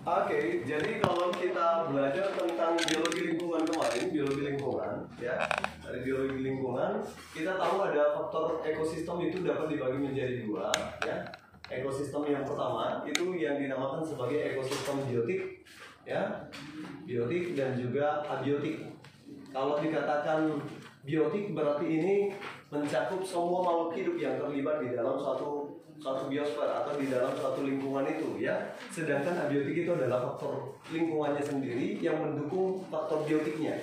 Oke, jadi kalau kita belajar tentang biologi lingkungan kemarin, biologi lingkungan, ya, dari biologi lingkungan, kita tahu ada faktor ekosistem itu dapat dibagi menjadi dua, ya. Ekosistem yang pertama itu yang dinamakan sebagai ekosistem biotik, ya, biotik dan juga abiotik. Kalau dikatakan biotik berarti ini mencakup semua makhluk hidup yang terlibat di dalam suatu biosfer atau di dalam suatu lingkungan itu, ya. Sedangkan abiotik itu adalah faktor lingkungannya sendiri yang mendukung faktor biotiknya.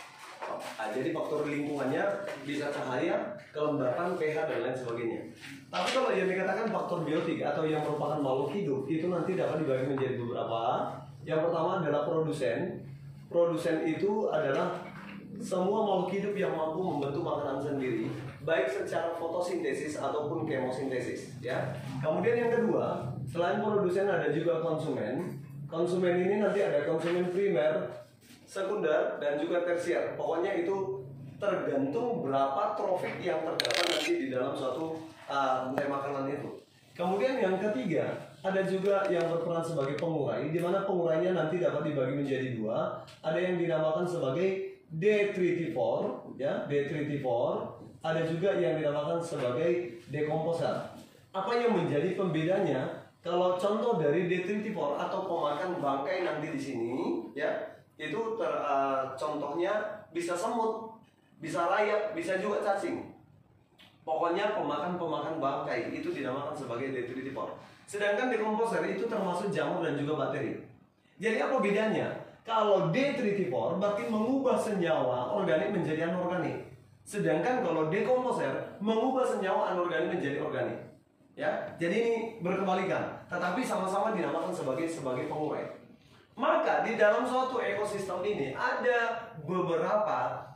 Nah, jadi faktor lingkungannya bisa cahaya, kelembapan, pH dan lain sebagainya. Tapi kalau yang dikatakan faktor biotik atau yang merupakan makhluk hidup itu nanti dapat dibagi menjadi beberapa. Yang pertama adalah produsen. Produsen itu adalah semua makhluk hidup yang mampu membentuk makanan sendiri, baik secara fotosintesis ataupun kemosintesis, ya. Kemudian yang kedua, selain produsen ada juga konsumen. Konsumen ini nanti ada konsumen primer, sekunder, dan juga tersier. Pokoknya itu tergantung berapa trofik yang terdapat nanti di dalam suatu rantai makanan itu. Kemudian yang ketiga, ada juga yang berperan sebagai pengurai, di mana pengurainya nanti dapat dibagi menjadi dua. Ada yang dinamakan sebagai detritivore, ya, detritivore. Ada juga yang dinamakan sebagai dekomposer. Apa yang menjadi pembedanya? Kalau contoh dari detritivore atau pemakan bangkai nanti di sini, ya, itu contohnya bisa semut, bisa rayap, bisa juga cacing. Pokoknya pemakan bangkai itu dinamakan sebagai detritivore. Sedangkan dekomposer itu termasuk jamur dan juga bakteri. Jadi apa bedanya? Kalau detritivore berarti mengubah senyawa organik menjadi anorganik. Sedangkan kalau dekomposer mengubah senyawa anorganik menjadi organik. Ya, jadi ini berkebalikan, tetapi sama-sama dinamakan sebagai pengurai. Maka di dalam suatu ekosistem ini ada beberapa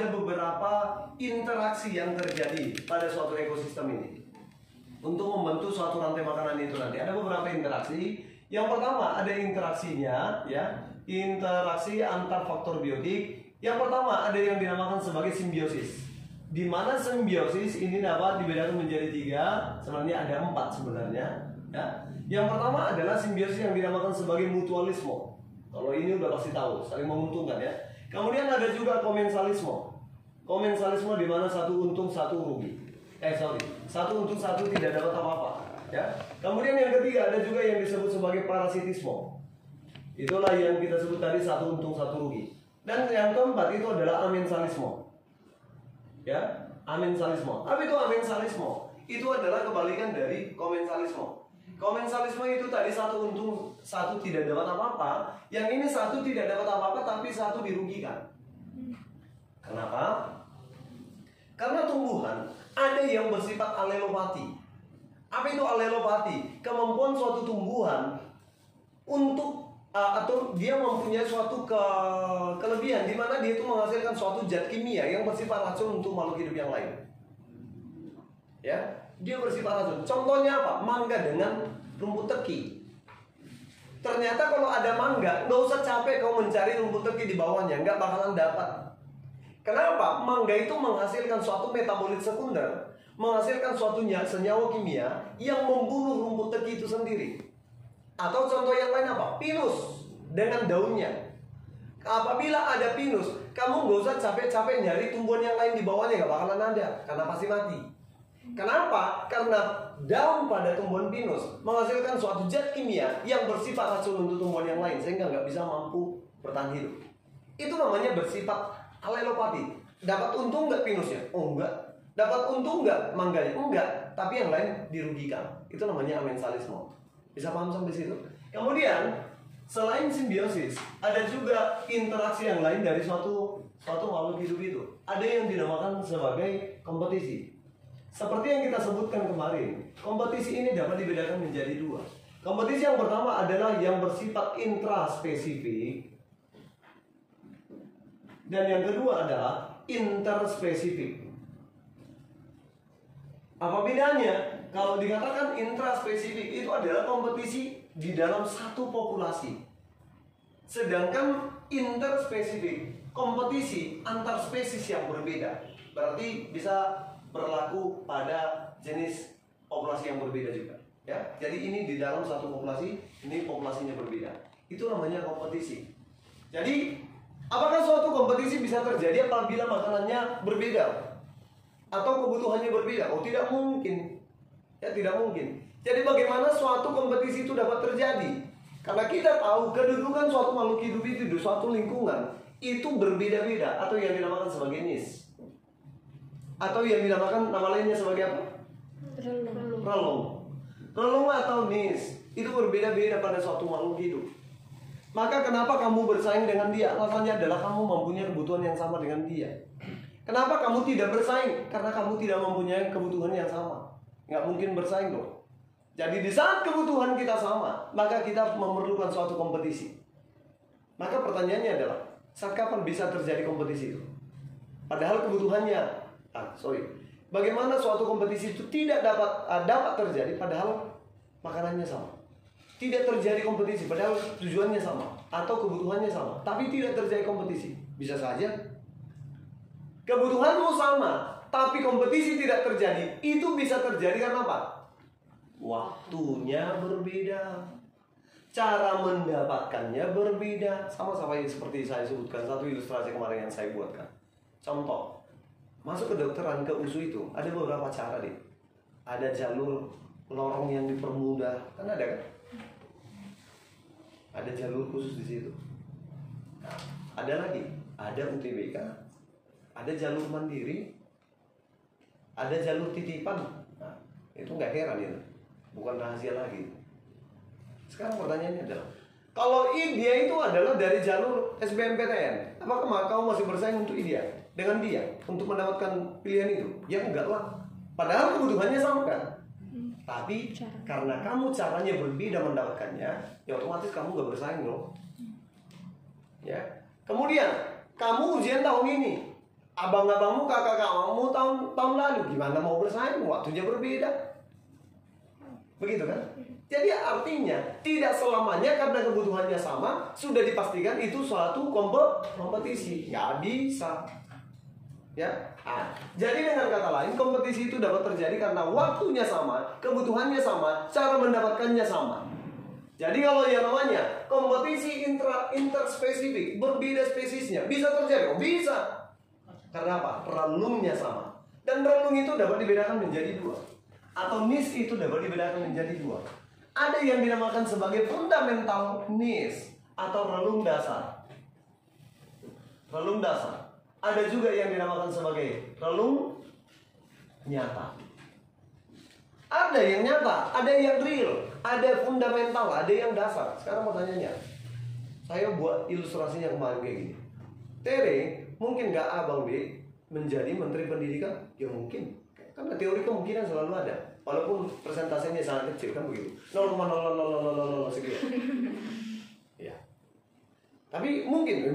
interaksi yang terjadi pada suatu ekosistem ini untuk membentuk suatu rantai makanan itu nanti. Ada beberapa interaksi. Yang pertama ada interaksinya, ya, interaksi antar faktor biotik. Yang pertama ada yang dinamakan sebagai simbiosis, di mana simbiosis ini dapat dibedakan menjadi tiga. Sebenarnya ada 4 sebenarnya, ya. Yang pertama adalah simbiosis yang dinamakan sebagai mutualisme. Kalau ini udah pasti tahu, saling menguntungkan, ya. Kemudian ada juga komensalisme. Komensalisme di mana satu untung satu rugi. Satu untung satu tidak dapat apa-apa, ya. Kemudian yang ketiga ada juga yang disebut sebagai parasitisme. Itulah yang kita sebut tadi satu untung satu rugi. Dan yang keempat itu adalah amensalisme. Ya, amensalisme. Apa itu amensalisme? Itu adalah kebalikan dari komensalisme. Komensalisme itu tadi satu untung satu tidak dapat apa-apa. Yang ini satu tidak dapat apa-apa tapi satu dirugikan. Kenapa? Karena tumbuhan ada yang bersifat alelopati. Apa itu alelopati? Kemampuan suatu tumbuhan untuk atau dia mempunyai suatu kelebihan di mana dia itu menghasilkan suatu zat kimia yang bersifat racun untuk makhluk hidup yang lain. Ya, dia bersifat racun. Contohnya apa? Mangga dengan rumput teki. Ternyata kalau ada mangga, nggak usah capek kau mencari rumput teki di bawahnya, nggak bakalan dapat. Kenapa? Mangga itu menghasilkan suatu metabolit sekunder, menghasilkan suatu senyawa kimia yang membunuh rumput teki itu sendiri. Atau contoh yang lain apa? Pinus dengan daunnya. Apabila ada pinus, kamu nggak usah capek-capek nyari tumbuhan yang lain di bawahnya, nggak bakalan ada, karena pasti mati. Kenapa? Karena daun pada tumbuhan pinus menghasilkan suatu zat kimia yang bersifat racun untuk tumbuhan yang lain, sehingga nggak bisa mampu bertahan hidup. Itu namanya bersifat alelopati. Dapat untung nggak pinusnya? Oh enggak. Dapat untung nggak mangganya? Enggak. Tapi yang lain dirugikan. Itu namanya amensalisme. Bisa paham sampai situ? Kemudian selain simbiosis, ada juga interaksi yang lain dari suatu makhluk hidup itu. Ada yang dinamakan sebagai kompetisi. Seperti yang kita sebutkan kemarin, kompetisi ini dapat dibedakan menjadi dua. Kompetisi yang pertama adalah yang bersifat intraspesifik, dan yang kedua adalah interspesifik. Apa bedanya? Kalau dikatakan intraspesifik itu adalah kompetisi di dalam satu populasi. Sedangkan interspesifik, kompetisi antar spesies yang berbeda. Berarti bisa berlaku pada jenis populasi yang berbeda juga. Ya, jadi ini di dalam satu populasi, ini populasinya berbeda. Itu namanya kompetisi. Jadi, apakah suatu kompetisi bisa terjadi apabila makanannya berbeda? Atau kebutuhannya berbeda? Oh, tidak mungkin. Ya, tidak mungkin. Jadi bagaimana suatu kompetisi itu dapat terjadi? Karena kita tahu kedudukan suatu makhluk hidup itu di suatu lingkungan itu berbeda-beda, atau yang dinamakan sebagai niche, atau yang dinamakan nama lainnya sebagai apa? Relung. Relung atau niche itu berbeda-beda pada suatu makhluk hidup. Maka kenapa kamu bersaing dengan dia? Alasannya adalah kamu mempunyai kebutuhan yang sama dengan dia. Kenapa kamu tidak bersaing? Karena kamu tidak mempunyai kebutuhan yang sama. Nggak mungkin bersaing dong. Jadi di saat kebutuhan kita sama, maka kita memerlukan suatu kompetisi. Maka pertanyaannya adalah, saat kapan bisa terjadi kompetisi itu? Padahal kebutuhannya, bagaimana suatu kompetisi itu tidak dapat terjadi padahal makanannya sama? Tidak terjadi kompetisi padahal tujuannya sama atau kebutuhannya sama, tapi tidak terjadi kompetisi. Bisa saja kebutuhanmu sama, tapi kompetisi tidak terjadi. Itu bisa terjadi karena apa? Waktunya berbeda, cara mendapatkannya berbeda. Sama-sama seperti saya sebutkan satu ilustrasi kemarin yang saya buatkan. Contoh, masuk ke kedokteran, ke USU itu ada beberapa cara deh. Ada jalur lorong yang dipermudah, kan ada kan? Ada jalur khusus di situ. Nah, ada lagi, ada UTBK, ada jalur mandiri, ada jalur titipan. Nah, itu nggak heran itu, bukan rahasia lagi. Sekarang pertanyaannya adalah, kalau dia itu adalah dari jalur SBMPTN, apakah kamu masih bersaing untuk dia dengan dia untuk mendapatkan pilihan itu? Ya enggak lah. Padahal kebutuhannya sama kan? Tapi karena kamu caranya berbeda mendapatkannya, ya otomatis kamu gak bersaing loh. Ya. Kemudian kamu ujian tahun ini, abang-abangmu, kakak-kakakmu tahun lalu, gimana mau bersaing? Waktunya berbeda. Begitu kan? Jadi artinya tidak selamanya karena kebutuhannya sama sudah dipastikan itu suatu kompetisi. Nggak bisa. Ya. Jadi dengan kata lain, kompetisi itu dapat terjadi karena waktunya sama, kebutuhannya sama, cara mendapatkannya sama. Jadi kalau yang namanya kompetisi interspesifik, berbeda spesiesnya, bisa terjadi? Oh, bisa. Karena apa? Relungnya sama. Dan relung itu dapat dibedakan menjadi dua. Atau niche itu dapat dibedakan menjadi dua. Ada yang dinamakan sebagai fundamental niche atau relung dasar. Relung dasar. Ada juga yang dinamakan sebagai relung nyata. Ada yang nyata, ada yang real, ada fundamental, ada yang dasar. Sekarang pertanyaannya, saya buat ilustrasinya kemarin kayak gini. Tere, mungkin nggak Abang B menjadi Menteri Pendidikan? Ya mungkin. Karena teori kemungkinan selalu ada. Walaupun persentasenya sangat kecil kan begitu. 0,0000 sekian. Ya. Tapi mungkin.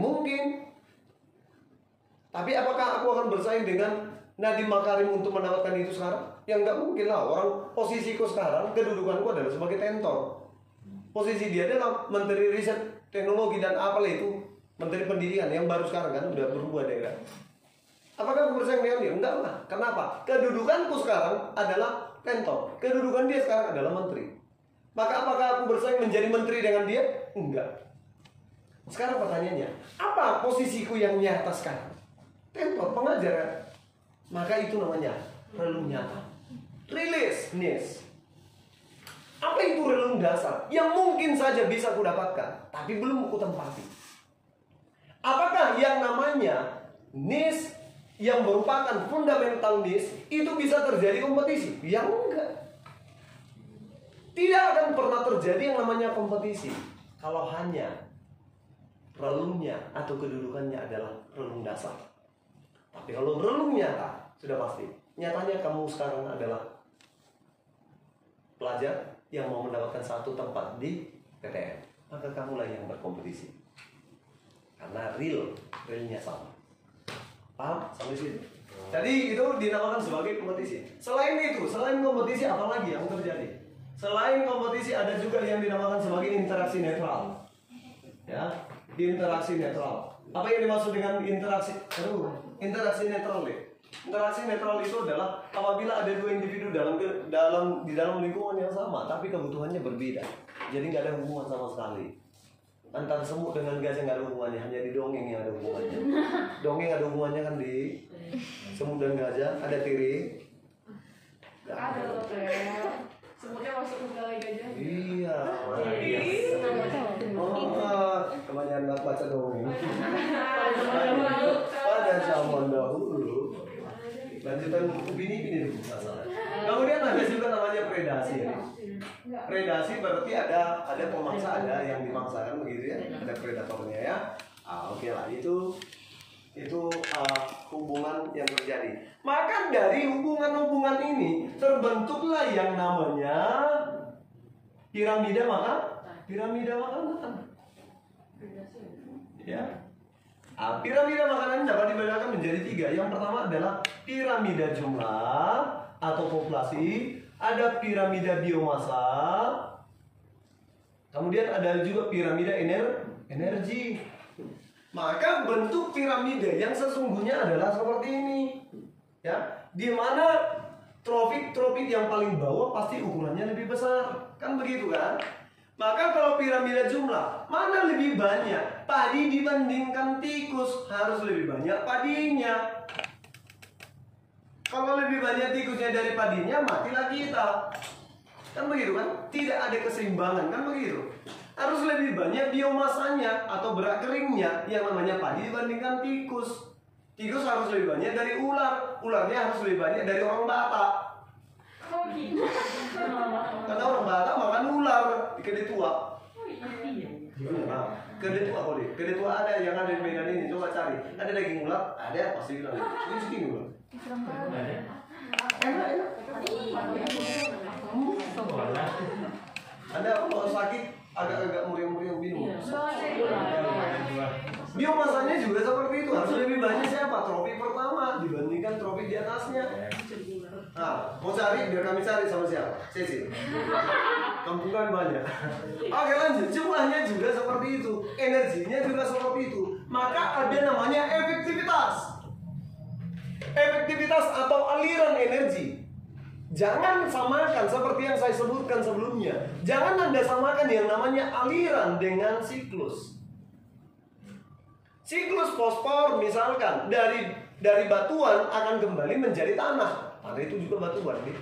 Tapi apakah aku akan bersaing dengan Nadiem Makarim untuk mendapatkan itu sekarang? Ya nggak mungkin lah. Orang posisiku sekarang, kedudukanku adalah sebagai tentor. Posisi dia adalah Menteri Riset Teknologi dan apalah itu, Menteri Pendidikan yang baru sekarang kan udah berubah daerah. Apakah aku bersaing dengan dia? Enggak lah. Kenapa? Kedudukanku sekarang adalah tentor. Kedudukan dia sekarang adalah menteri. Maka apakah aku bersaing menjadi menteri dengan dia? Enggak. Sekarang pertanyaannya, apa posisiku yang nyata sekarang? Tentor, pengajar. Maka itu namanya relung nyata. Rilis, niche. Apa itu relung dasar? Yang mungkin saja bisa aku dapatkan, tapi belum aku tempati. Apakah yang namanya niche yang merupakan fundamental niche itu bisa terjadi kompetisi? Ya enggak. Tidak akan pernah terjadi yang namanya kompetisi kalau hanya relungnya atau kedudukannya adalah relung dasar. Tapi kalau relung nyata, sudah pasti. Nyatanya kamu sekarang adalah pelajar yang mau mendapatkan satu tempat di PTN. Maka kamulah yang berkompetisi. Karena realnya sama. Paham? Sampai situ. Jadi itu dinamakan sebagai kompetisi. Selain itu, selain kompetisi apa lagi yang terjadi? Selain kompetisi ada juga yang dinamakan sebagai interaksi netral. Ya, interaksi netral. Apa yang dimaksud dengan interaksi? Interaksi netral deh. Interaksi netral itu adalah apabila ada dua individu di dalam lingkungan yang sama, tapi kebutuhannya berbeda. Jadi nggak ada hubungan sama sekali. Antara semut dengan gajah nggak ada hubungannya, hanya di dongeng yang ada hubungannya. Dongeng ada hubungannya kan di semut dan gajah, ada tiri. Ada dokter. Semutnya masuk ke gajah. Iya. Oh, kebanyakan nggak baca dongeng. Pada zaman dahulu. Lanjutan bini dulu masalah. Kemudian ada juga namanya predasi ya. Predasi berarti ada pemangsa, ada yang dimangsakan begitu ya. Ada predatornya ya. Oke lah itu hubungan yang terjadi. Maka dari hubungan-hubungan ini terbentuklah yang namanya piramida makanan. Ya. Piramida makanan dapat dibedakan menjadi 3. Yang pertama adalah piramida jumlah atau populasi, ada piramida biomasa, kemudian ada juga piramida energi. Maka bentuk piramida yang sesungguhnya adalah seperti ini, ya, di mana tropik yang paling bawah pasti ukurannya lebih besar, kan begitu kan? Maka kalau piramida jumlah, mana lebih banyak padi dibandingkan tikus, harus lebih banyak padinya. Kalau lebih banyak tikusnya dari padinya, matilah kita. Kan begitu kan? Tidak ada keseimbangan, kan begitu? Harus lebih banyak biomasanya atau berak keringnya yang namanya padi dibandingkan tikus. Tikus harus lebih banyak dari ular, ularnya harus lebih banyak dari orang Batak. Oh gitu. Karena orang Batak makan ular di Kedai Tua. Kedai Tua kok deh. Kedai Tua ada yang ada di Medan ini, coba cari. Ada daging ular, ada pasti bilang. Ini segini ular. Enak. Anda kalau sakit agak-agak muriang-muriang minum. Biomasanya juga seperti itu, harus lebih banyak siapa? Tropik pertama dibandingkan tropik di atasnya. Nah, mau cari biar kami cari sama siapa? Cecil. Kampungan banyak. Oke lanjut, jumlahnya juga seperti itu, energinya juga seperti itu. Maka ada namanya efektivitas. Efektivitas atau aliran energi. Jangan samakan seperti yang saya sebutkan sebelumnya. Jangan Anda samakan yang namanya aliran dengan siklus. Siklus fosfor misalkan dari batuan akan kembali menjadi tanah. Tanah itu juga batuan nih.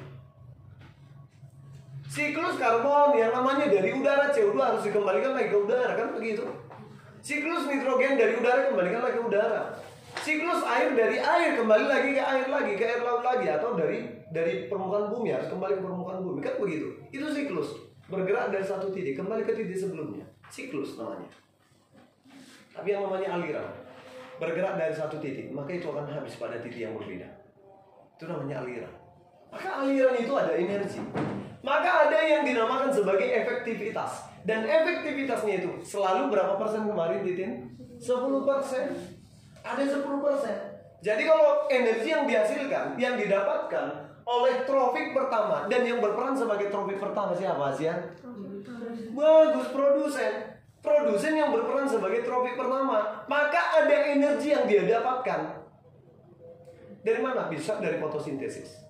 Siklus karbon yang namanya dari udara CO2 harus dikembalikan lagi ke udara, kan begitu. Siklus nitrogen dari udara kembalikan lagi ke udara. Siklus air dari air kembali lagi ke air laut lagi, atau dari permukaan bumi harus kembali ke permukaan bumi, kan begitu. Itu siklus, bergerak dari satu titik kembali ke titik sebelumnya. Siklus namanya. Tapi yang namanya aliran, bergerak dari satu titik, maka itu akan habis pada titik yang berbeda. Itu namanya aliran. Maka aliran itu ada energi. Maka ada yang dinamakan sebagai efektivitas. Dan efektivitasnya itu selalu berapa persen kemarin, Titin? 10%. Ada 10%. Jadi kalau energi yang dihasilkan, yang didapatkan oleh tropik pertama, dan yang berperan sebagai tropik pertama siapa, Asian? Bagus, produsen yang berperan sebagai tropik pertama. Maka ada energi yang dia dapatkan. Dari mana? Bisa dari fotosintesis.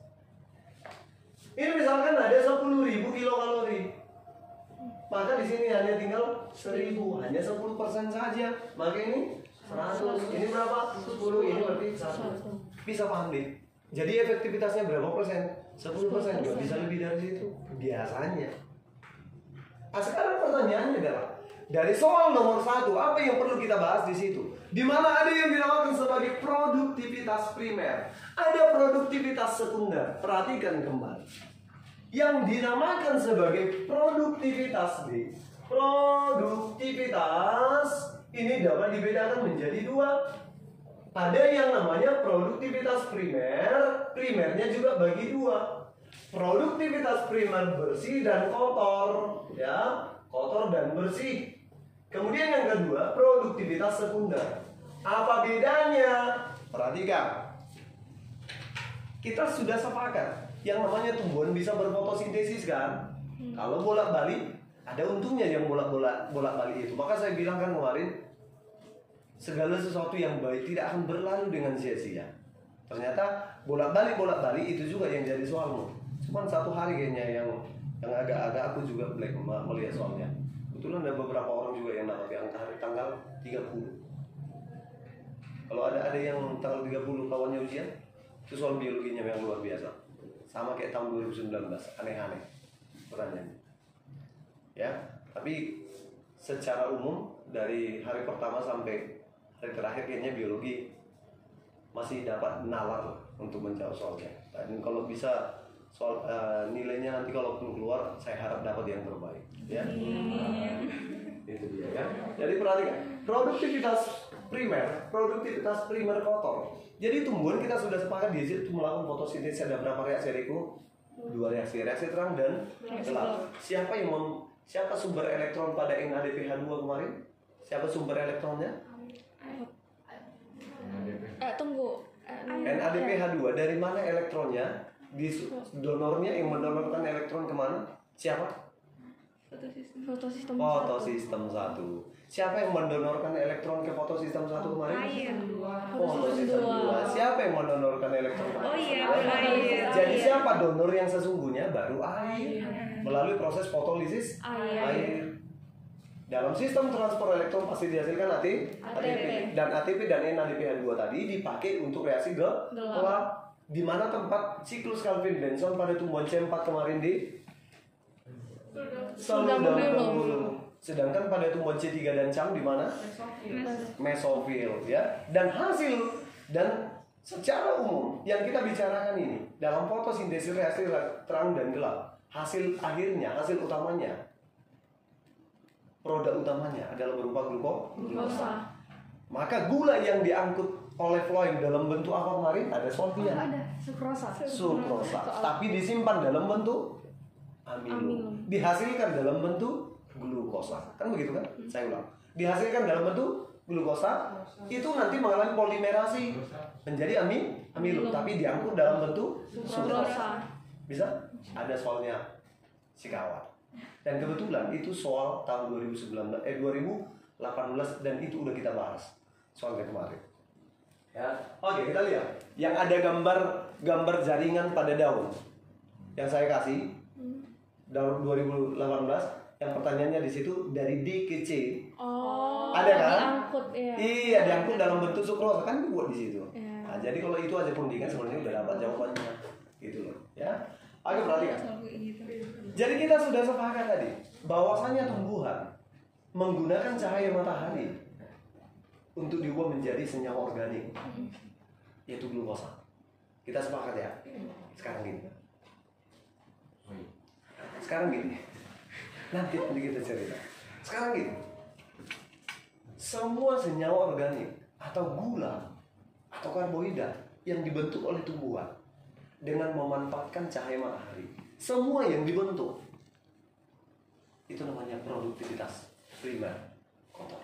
Ini misalkan ada 10.000 kilokalori. Maka di sini hanya tinggal 1.000, hanya 10% saja. Maka ini 100, ini berapa? 10, ini berarti 100. Bisa paham deh. Jadi efektivitasnya berapa persen? 10%, nggak bisa lebih dari situ biasanya. Nah, sekarang pertanyaannya adalah dari soal nomor 1, apa yang perlu kita bahas di situ? Di mana ada yang dinamakan sebagai produktivitas primer, ada produktivitas sekunder. Perhatikan kembali. Yang dinamakan sebagai produktivitas B, produktivitas ini dapat dibedakan menjadi 2. Ada yang namanya produktivitas primer, primernya juga bagi 2. Produktivitas primer bersih dan kotor, ya, kotor dan bersih. Kemudian yang kedua, produktivitas sekunder. Apa bedanya? Perhatikan. Kita sudah sepakat yang namanya tumbuhan bisa berfotosintesis kan? Kalau bolak-balik ada untungnya yang bolak-balik itu. Maka saya bilang kan kemarin, segala sesuatu yang baik tidak akan berlalu dengan sia-sia. Ternyata bolak-balik itu juga yang jadi soalmu. Cuman satu hari kayaknya yang agak-agak aku juga melihat soalnya. Kebetulan ada beberapa orang juga yang dapat yang hari tanggal 30. Kalau ada yang tanggal 30 kawannya ujian, itu soal biologinya yang luar biasa. Sama kayak tahun 2019, aneh-aneh pertanyaannya. Ya, tapi secara umum dari hari pertama sampai hari terakhir kayaknya biologi masih dapat nalar untuk menjawab soalnya. Dan kalau bisa soal nilainya nanti kalaupun keluar, saya harap dapat yang terbaik. Ya. Itu dia ya. Jadi perhatikan, produktivitas primer kotor. Jadi tumbuhan kita sudah sepakat di situ melakukan fotosintesis, ada berapa reaksi Riku? 2 reaksi terang dan gelap. Siapa sumber elektron pada NADPH2 kemarin? Siapa sumber elektronnya? Tunggu. NADPH2 dari mana elektronnya? Donornya yang mendonorkan elektron kemana? Siapa? Fotosistem 1. Siapa yang mendonorkan elektron ke fotosistem 1 kemarin? Air. Fotosistem 2. Siapa yang mendonorkan elektron? Oh iya, air. Jadi siapa donor yang sesungguhnya? Baru air. Melalui proses fotolisis air. Dalam sistem transfer elektron pasti dihasilkan ATP. Dan ATP dan NADPH2 tadi dipakai untuk reaksi gelap. Di mana tempat siklus Calvin-Benson pada tumbuhan C4 kemarin di Sudah belum. Sedangkan pada tumbuhan C3 dan cam di mana? Mesofil ya. Dan secara umum yang kita bicarakan ini dalam fotosintesis reaksi terang dan gelap, hasil utamanya, produk utamanya adalah berupa glukosa. Maka gula yang diangkut oleh Floyd dalam bentuk apa kemarin? Ada sulfida. Ada sukrosa. Tapi disimpan dalam bentuk amilo. Dihasilkan dalam bentuk glukosa. Kan begitu kan? Saya ulang. Dihasilkan dalam bentuk glukosa, itu nanti mengalami polimerasi menjadi amilo, tapi diangkut dalam bentuk sukrosa. Bisa? Ada soalnya si kawan. Dan kebetulan itu soal tahun 2018 dan itu udah kita bahas soalnya kemarin. Ya. Oke, kita lihat. Yang ada gambar jaringan pada daun. Yang saya kasih daun 2018, yang pertanyaannya di situ dari D ke C. Oh. Ada kan? Diangkut ya. Iya, diangkut dalam bentuk sukrosa kan dibuat di situ. Ya. Nah, jadi kalau itu aja pun sebenarnya udah dapat jawabannya. Gitu loh, ya. Oke, perhatikan. Jadi kita sudah sepakat tadi bahwasanya tumbuhan menggunakan cahaya matahari untuk diubah menjadi senyawa organik, yaitu glukosa. Kita sepakat ya. Sekarang gini. Nanti kita cerita. Sekarang gini. Semua senyawa organik atau gula atau karbohidrat yang dibentuk oleh tumbuhan dengan memanfaatkan cahaya matahari, semua yang dibentuk itu namanya produktivitas primer kotor.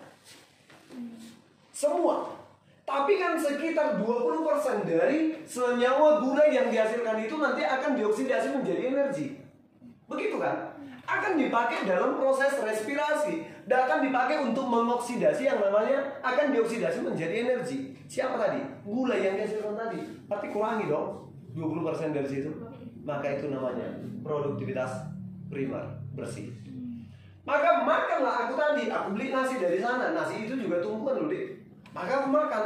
Semua. Tapi kan sekitar 20% dari senyawa gula yang dihasilkan itu nanti akan dioksidasi menjadi energi. Begitu kan? Akan dipakai dalam proses respirasi dan akan dipakai untuk mengoksidasi yang namanya akan dioksidasi menjadi energi. Siapa tadi? Gula yang dihasilkan tadi. Berarti kurangi dong 20% dari situ. Maka itu namanya produktivitas primer bersih. Maka makanlah aku tadi, aku beli nasi dari sana. Nasi itu juga tumbuhan loh, Dik. Maka aku makan.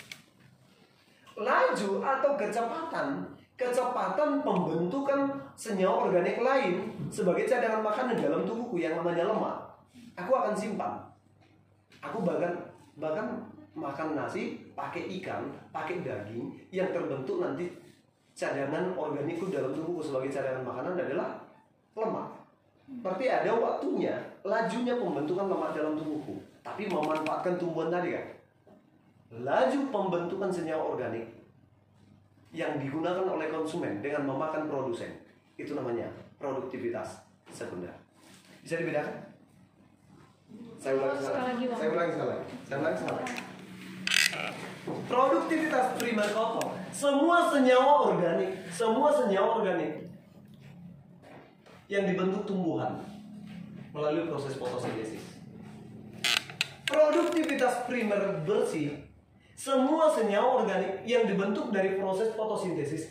Laju atau kecepatan pembentukan senyawa organik lain sebagai cadangan makanan dalam tubuhku yang namanya lemak, aku akan simpan. Aku bahkan makan nasi pakai ikan, pakai daging yang terbentuk nanti cadangan organikku dalam tubuhku sebagai cadangan makanan adalah lemak. Berarti ada waktunya, lajunya pembentukan lemak dalam tubuhku, tapi memanfaatkan tumbuhan tadi kan. Laju pembentukan senyawa organik yang digunakan oleh konsumen dengan memakan produsen, itu namanya produktivitas sekunder. Bisa dibedakan? Saya ulangi sekali lagi. Produktivitas primer kotor, semua senyawa organik yang dibentuk tumbuhan melalui proses fotosintesis. Produktivitas primer bersih, semua senyawa organik yang dibentuk dari proses fotosintesis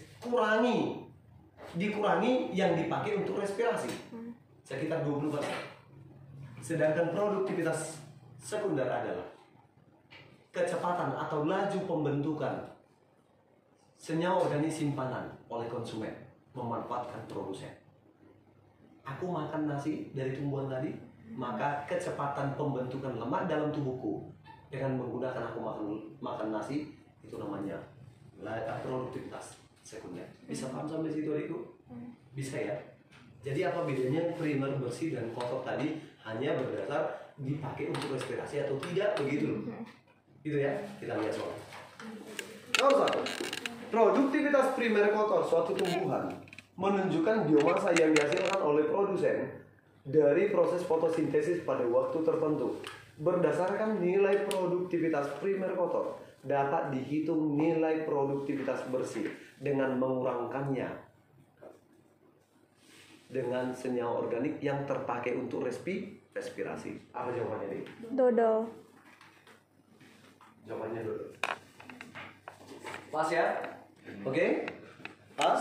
dikurangi yang dipakai untuk respirasi sekitar 20%. Sedangkan produktivitas sekunder adalah kecepatan atau laju pembentukan senyawa organik simpanan oleh konsumen memanfaatkan produsen. Aku makan nasi dari tumbuhan tadi, maka kecepatan pembentukan lemak dalam tubuhku dengan menggunakan aku makan nasi, itu namanya produktivitas sekunder. Bisa paham sampai situ adikku? Bisa ya? Jadi apa bedanya primer bersih dan kotor tadi hanya berdasar dipakai untuk respirasi atau tidak, begitu loh. Gitu ya, kita lihat soal. Nomor 1. Produktivitas primer kotor suatu tumbuhan menunjukkan biomasa yang dihasilkan oleh produsen dari proses fotosintesis pada waktu tertentu. Berdasarkan nilai produktivitas primer kotor dapat dihitung nilai produktivitas bersih dengan mengurangkannya dengan senyawa organik yang terpakai untuk respirasi. Apa jawabannya nih? Dodol. Jawabannya dulu. Pas ya? Oke? Pas?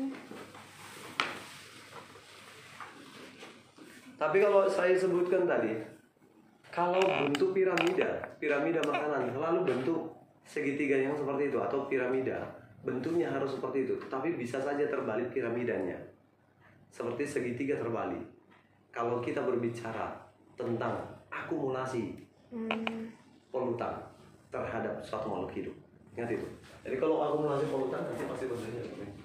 Tapi kalau saya sebutkan tadi, kalau bentuk piramida makanan selalu bentuk segitiga yang seperti itu atau piramida, bentuknya harus seperti itu. Tapi bisa saja terbalik piramidanya, seperti segitiga terbalik. Kalau kita berbicara tentang akumulasi polutan terhadap suatu makhluk hidup, ingat itu. Jadi kalau akumulasi polutan nanti pasti bentuknya seperti ini.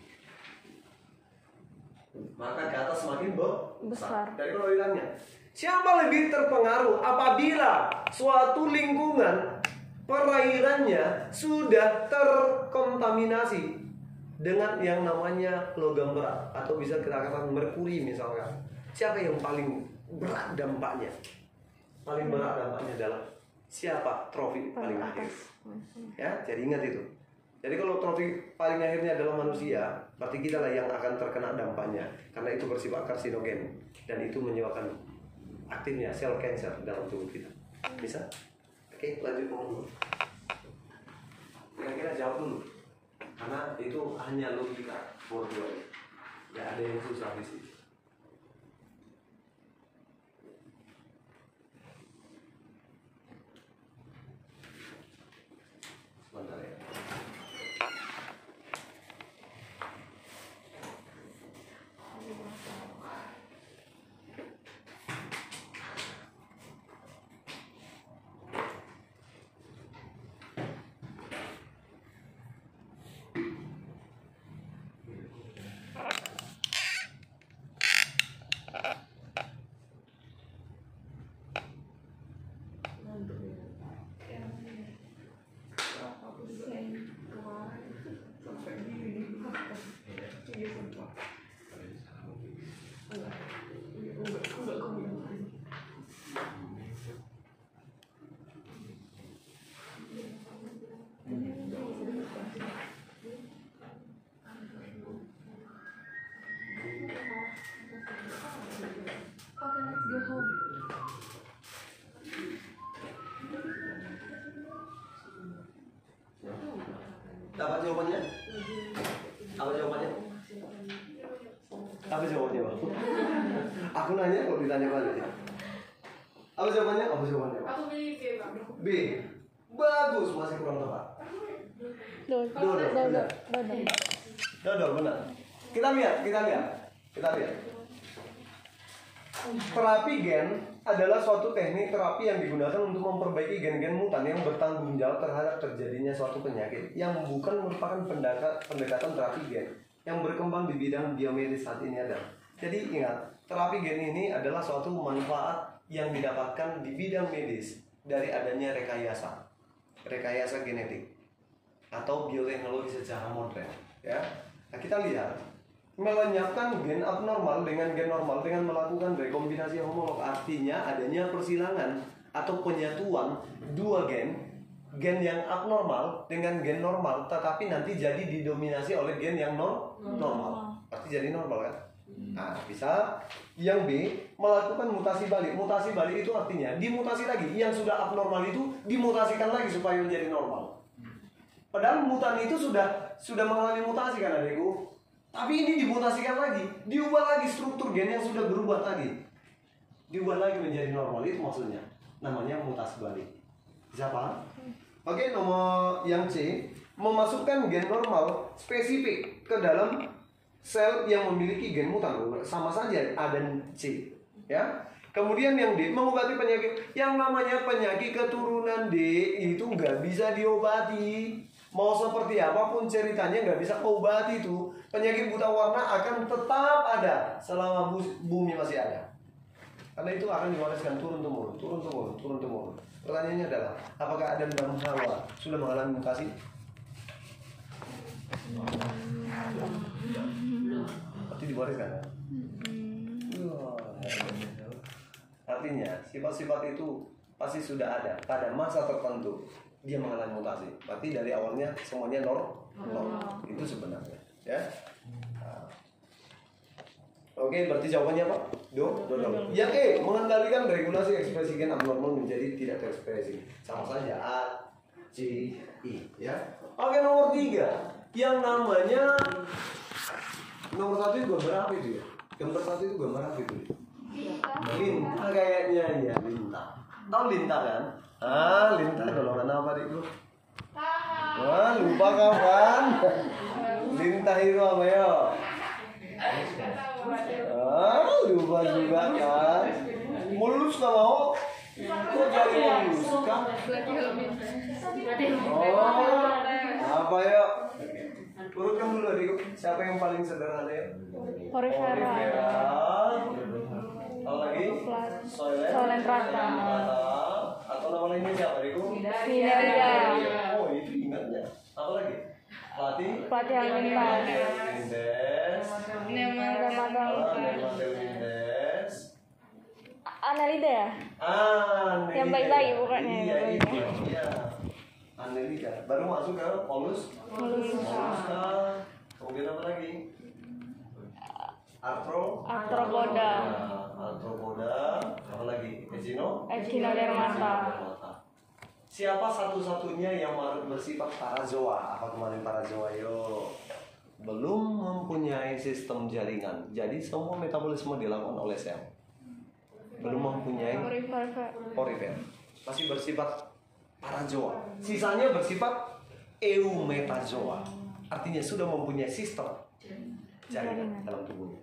Maka ke atas semakin besar. Dari kalau ditanya, siapa lebih terpengaruh apabila suatu lingkungan perairannya sudah terkontaminasi dengan yang namanya logam berat atau bisa kita katakan merkuri misalkan? Siapa yang paling berat dampaknya? Paling berat dampaknya adalah siapa? Trofi paling akhir. Ya, jadi ingat itu. Jadi kalau trofi paling akhirnya adalah manusia, berarti kita lah yang akan terkena dampaknya, karena itu bersifat karsinogen dan itu menyebabkan aktifnya sel kanker dalam tubuh kita. Bisa? Oke, lanjut dulu. Kira-kira jawab dulu, karena itu hanya logika berdua. Tidak ada yang susah di sini. Sebentar ya. Dapat jawabannya? Apa jawabannya? Apa jawabannya, Bang? Aku nanya kok ditanya balik ya. Apa jawabannya? Apa jawabannya, Bang? Aku pilih B, Bang. B. Bagus, masih kurang tepat. Dodol. Dodol benar. Kita lihat. Terapi gen adalah suatu teknik terapi yang digunakan untuk memperbaiki gen-gen mutan yang bertanggung jawab terhadap terjadinya suatu penyakit yang bukan merupakan pendekatan terapi gen yang berkembang di bidang biomedis saat ini ada. Jadi ingat, terapi gen ini adalah suatu manfaat yang didapatkan di bidang medis dari adanya rekayasa genetik atau bioteknologi secara modern. Ya, nah, kita lihat melenyapkan gen abnormal dengan gen normal dengan melakukan rekombinasi homolog, artinya adanya persilangan atau penyatuan dua gen yang abnormal dengan gen normal, tetapi nanti jadi didominasi oleh gen yang normal, arti jadi normal kan? Nah, bisa. Yang B, melakukan mutasi balik. Mutasi balik itu artinya dimutasi lagi, yang sudah abnormal itu dimutasikan lagi supaya menjadi normal. Padahal mutan itu sudah mengalami mutasi kan adekku. Tapi ini dimutasikan lagi, diubah lagi struktur gen yang sudah berubah tadi. diubah lagi menjadi normal, itu maksudnya. Namanya mutasi balik. Bisa paham? Oke, nomor yang C, memasukkan gen normal spesifik ke dalam sel yang memiliki gen mutan. Sama saja A dan C, ya. Kemudian yang D, mengobati penyakit. Yang namanya penyakit keturunan D itu nggak bisa diobati. Mau seperti apapun ceritanya nggak bisa obati itu. Penyakit buta warna akan tetap ada selama bumi masih ada. Karena itu akan diwariskan turun temurun, turun temurun, turun temurun. Pertanyaannya adalah, apakah Adam dan Hawa sudah mengalami mutasi? Berarti diwariskan kan? Artinya sifat-sifat itu pasti sudah ada pada masa tertentu dia mengalami mutasi. Berarti dari awalnya semuanya normal. Itu sebenarnya, ya. Oke, berarti jawabannya apa? Do. Yang E, mengendalikan regulasi ekspresi gen abnormal menjadi tidak terekspresi. Sama saja A, C, I, ya. Oke, nomor 3. Yang namanya nomor 1 itu gambar apa itu ya? Gambar 1 itu gambar apa itu? Lintah kayaknya ya, lintah. Tahu lintah kan? Lintah golongan apa itu? Wah, lupa kapan? Lintah itu apa ya? Lupa juga kan. Mulus gak mau? Kok jadi mulus kan? Apa ya? Urutkan dulu adikku. Siapa yang paling sederhana ya? Porifera. Kalau lagi? Solen rata. Atau nama lainnya siapa adikku? Mineria. Oh, itu ingatnya. Apa lagi? Pelatih Lintas. Lindes. Annelida ya? Yang baik-baik bukannya. Iya. Annelida. Baru masuk ke Polus. Kemudian apa lagi? Arthropoda. Apa lagi? Echinodermata. Siapa satu-satunya yang bersifat parazoa? Apa kemarin parazoa? Yo, belum mempunyai sistem jaringan. Jadi semua metabolisme dilakukan oleh sel. Belum mempunyai porifera. Masih bersifat parazoa. Sisanya bersifat eumetazoa. Artinya sudah mempunyai sistem jaringan dalam tubuhnya.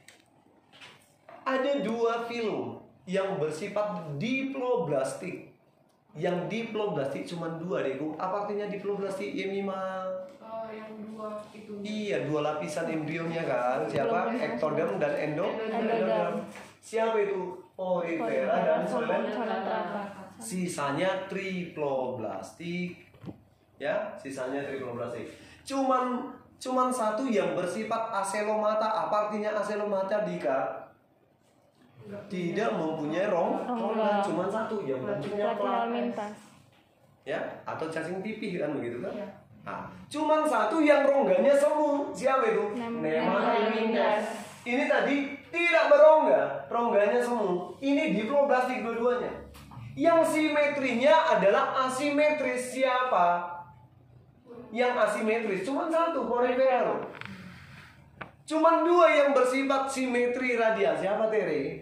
Ada 2 film yang bersifat diploblastik. Yang diploblastik cuma 2 deh. Apa artinya diploblastik? Ya Mima. Yang 2 itu. Iya, 2 lapisan embrionya kan. Siapa? Ektoderm dan endoderm. Siapa itu? Porifera dan solen. Sisanya triploblastik. Ya, sisanya triploblastik. Cuman satu yang bersifat aselomata. Apa artinya aselomata, Dika? Tidak mempunyai rongga, cuma satu yang bentuknya Platyhelminthes. Ya, atau cacing pipih kan begitu kan? Nah, cuman satu yang rongganya semu. Siapa itu? Nematohelminthes. Ini tadi tidak berongga, rongganya semu. Ini diploblastik dua-duanya. Yang simetrinya adalah asimetris. Siapa? Yang asimetris cuma satu, porifera. Cuman 2 yang bersifat simetri radial. Siapa, Tere?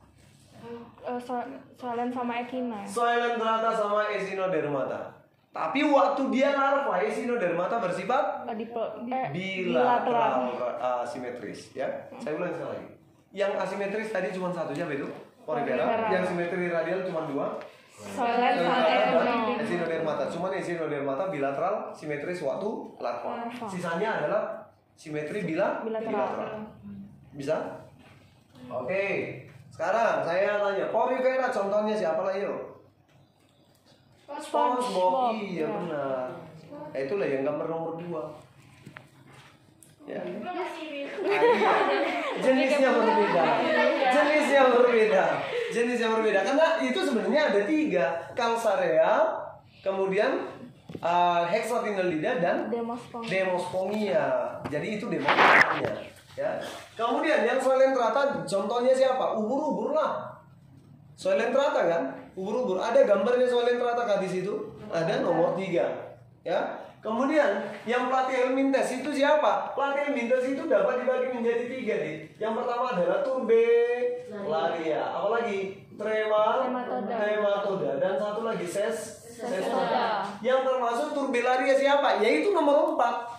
Solen sama echina. Solentrata sama echinodermata. Tapi waktu dia larva, echinodermata bersifat bilateral simetris, ya. Saya ulang sekali lagi. Yang asimetris tadi cuma satu, siapa itu? Porifera. Yang simetri radial cuma 2. Solen sama echinodermata. Cuma echinodermata bilateral simetris waktu larva. Sisanya adalah simetri bilateral. Bisa? Oke. Sekarang saya tanya, porifera contohnya siapa lah yuk? SpongeBob. Iya benar. Itulah yang gambar nomor 2. Ya. Jenisnya berbeda. Karena itu sebenarnya ada 3, Calcarea, kemudian Hexatinellida dan Demospongia. Jadi itu demospongia. Ya. Kemudian yang Solentrata contohnya siapa? Ubur-ubur lah. Solentrata kan? Ubur-ubur. Ada gambarnya Solentrata kan di situ? Ada nomor 3. Ya. Kemudian yang pelatih Helminthes itu siapa? Pelatih Helminthes itu dapat dibagi menjadi 3 nih. Yang pertama adalah Turbelaria. Apalagi? Trematoda. Dan satu lagi Sestoda. Yang termasuk Turbelaria siapa? Yaitu nomor 4.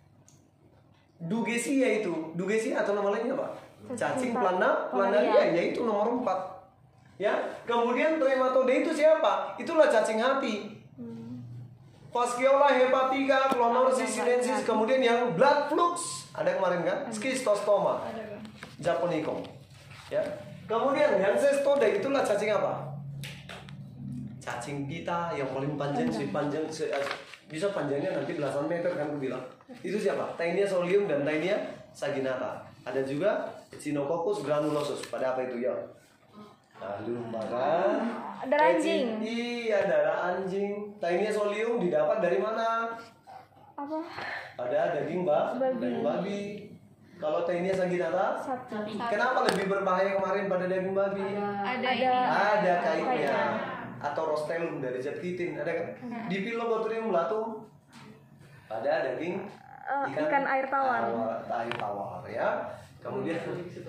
Dugesia itu. Dugesia atau nama lainnya apa? Cacing planaria, yaitu nomor 4. Ya. Kemudian Trematoda itu siapa? Itulah cacing hati. Fasciola hepatica, Clonorchis sinensis, kemudian yang blood flux ada kemarin kan, Schistostoma, Japonicum, ya. Kemudian yang Cestoda itulah cacing apa? Cacing pita yang paling panjang sih, bisa panjangnya nanti belasan meter kan aku bilang. Itu siapa? Taenia solium dan Taenia saginata. Ada juga Echinococcus granulosus. Pada apa itu ya? Lalu makan darah anjing. Iya, darah anjing. Taenia solium didapat dari mana? Apa? Pada daging babi. Kalau Taenia saginata, Sapi. kenapa lebih berbahaya kemarin pada daging babi? Ada kaitnya. Atau Rostellum dari zat kitin, ada kan? Dipilobothrium mulatum pada daging ikan air tawar. Air tawar ya. Kemudian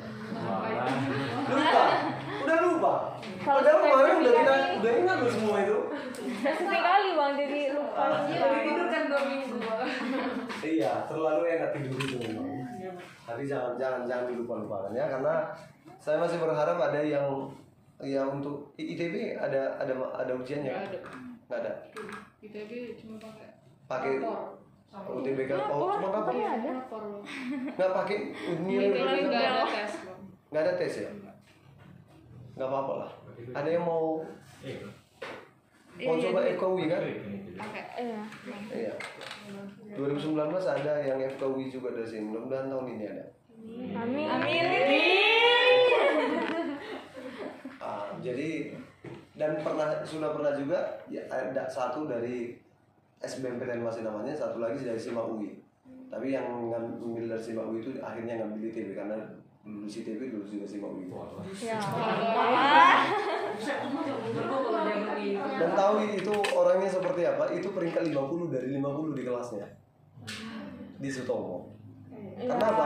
lupa. Padahal kemarin udah ingat loh semua itu. Spesifik kali Bang, jadi lupa. Tidur kan 2 minggu. Iya, terlalu enak tidur itu memang. Tapi jangan dilupa-lupakan ya, karena saya masih berharap ada yang untuk ITB ada ujiannya. Nggak ada. ITB cuma pakai UTBK. Cuma rapor. Nggak pakai nggak ada tes. Nggak ada tes ya? Nggak apa-apa lah. Ada yang mau coba FKUI kan? Iya. 2019 ada yang FKUI juga dari sini. Mudah-mudahan tahun ini ada. Amin. Jadi dan sudah pernah juga ya, ada satu dari SBMPTN masih namanya, satu lagi dari SIMA UI. Tapi yang ngambil dari SIMA UI itu akhirnya ngambil ITB karena lulus ITB lulus juga SIMA UI. Ya. Dan tahu itu orangnya seperti apa? Itu peringkat 50 dari 50 di kelasnya di Sutomo. Kenapa?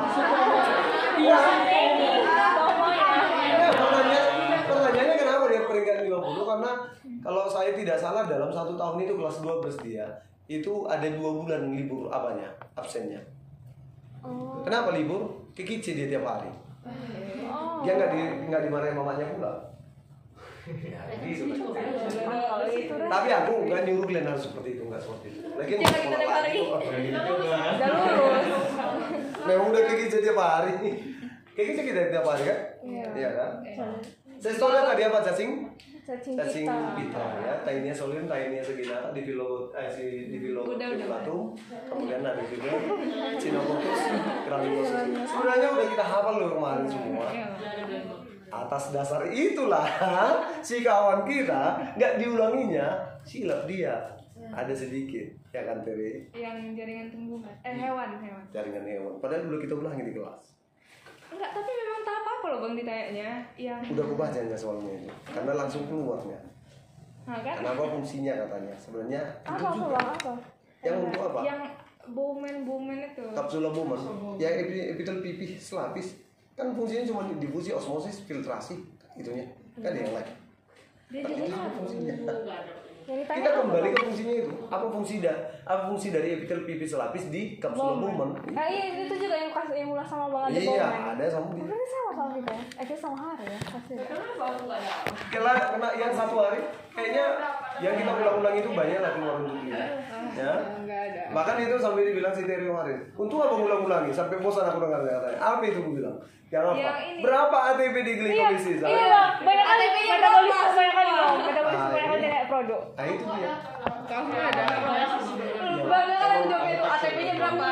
Pertanyaannya kenapa dia peringkat 50? Karena kalau saya tidak salah dalam 1 tahun itu kelas 12 dia itu ada 2 bulan libur absennya. Kenapa libur? Kekice dia tiap hari. Dia nggak dimarahin mamanya pula. Ya, gitu. Tapi aku nggak nyuruh kalian harus seperti itu, nggak seperti itu. Lagi mau sekolah lagi. Udah lulus. Memang udah kekice tiap hari. Kekice kita tiap hari kan? Iya kan? Saya soalnya tadi apa cacing pita ya, Taenia solium, Taenia saginata, Diphyllobatum, kemudian ada juga Echinococcus granulosus. Sebenarnya udah kita hafal loh kemarin semua. Atas dasar itulah si kawan kita nggak diulanginya, silap dia. Ada sedikit, ya kan Teri? Yang jaringan tumbuhan, hewan. Jaringan hewan. Padahal dulu kita ulangi di kelas. Enggak, tapi memang tak apa loh Bang ditanya yang Udah aku baca aja soalnya itu, karena langsung keluarnya. nah, kan? Kenapa fungsinya katanya? Sebenarnya itu Apa juga. apa? Yang untuk apa? Yang bowman itu. Kapsula Bowman. Yang epitel pipis lapis kan fungsinya cuma difusi, osmosis, filtrasi, itunya. Kan yang lain. Tapi itu juga fungsinya. Kita kembali ke fungsinya itu. Apa fungsi dari epitel pipis lapis di kapsula Bowman? Iya, itu juga yang ulas sama Bang ada Iya, Bowman. ada sama dia. Berarti sama kita ya? Sama hari ya? Pasti. Kena yang 1 hari, kayaknya yang kita ulang-ulang itu banyak lah keluar untuk dia. Ya. Enggak ada. Bahkan itu sampai dibilang si Terry kemarin. Untung apa ngulang-ulangi sampai bosan aku dengar katanya. Apa itu gue bilang? Yang apa? Yang ini. Berapa ATP di glikolisis? Iya, banyak kali ATP-nya metabolisme berapa? banyak kali Bang. Metabolisme banyak kali iya. kayak produk. Nah itu dia. Kamu ada. Bagaimana jawab itu? ATP-nya berapa?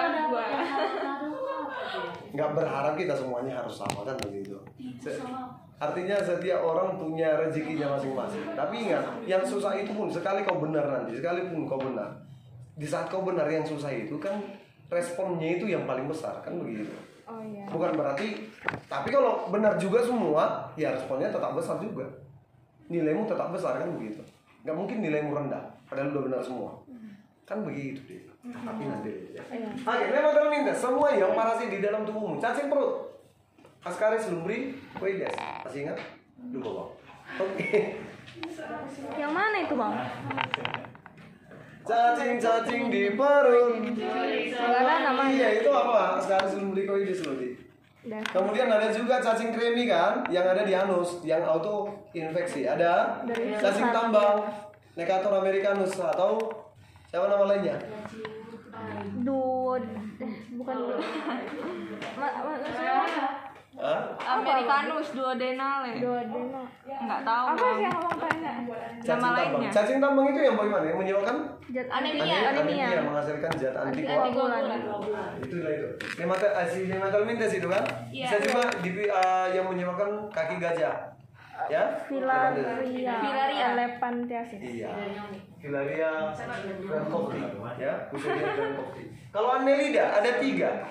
2. Nggak berharap kita semuanya harus sama kan begitu. Artinya setiap orang punya rezekinya masing-masing. Tapi ingat, yang susah itu pun sekali kau benar nanti, sekalipun kau benar. Di saat kau benar yang susah itu kan responnya itu yang paling besar kan begitu. Oh iya. Bukan berarti, tapi kalau benar juga semua, ya responnya tetap besar juga. Nilaimu tetap besar kan begitu. Nggak mungkin nilaimu rendah, padahal udah benar semua. Kan begitu deh. Tapi nanti ya. Iya. Oke, nematomintes semua yang parasit di dalam tubuhmu. Cacing perut, Ascaris lumbricoides. Masih ingat? Lupa bang. Oke. Yang mana itu bang? Cacing-cacing di perut. Nggak ada namanya. Iya, itu apa? Ascaris lumbricoides loh di. Dah. Kemudian ada juga cacing kremi kan, yang ada di anus, yang auto infeksi. Ada cacing tambang, Necator americanus atau siapa nama lainnya? Bukan Hah? Americanus duodenale. duodenal. Nggak tahu. Apa Bang. sih yang abang tanya? Cacing Nama tambang. lainnya. Cacing tambang itu yang bagaimana? Yang menyebabkan Zat Anemia. anemia. menghasilkan zat Antikoagulan. Itulah itu. Nematomintes itu kan? Iya. Bisa juga yang menyebabkan kaki gajah. Ya? Filaria elephantiasis. Iya. Filaria rancocti, ya, Fusodia rancocti. Kalau Annelida ada 3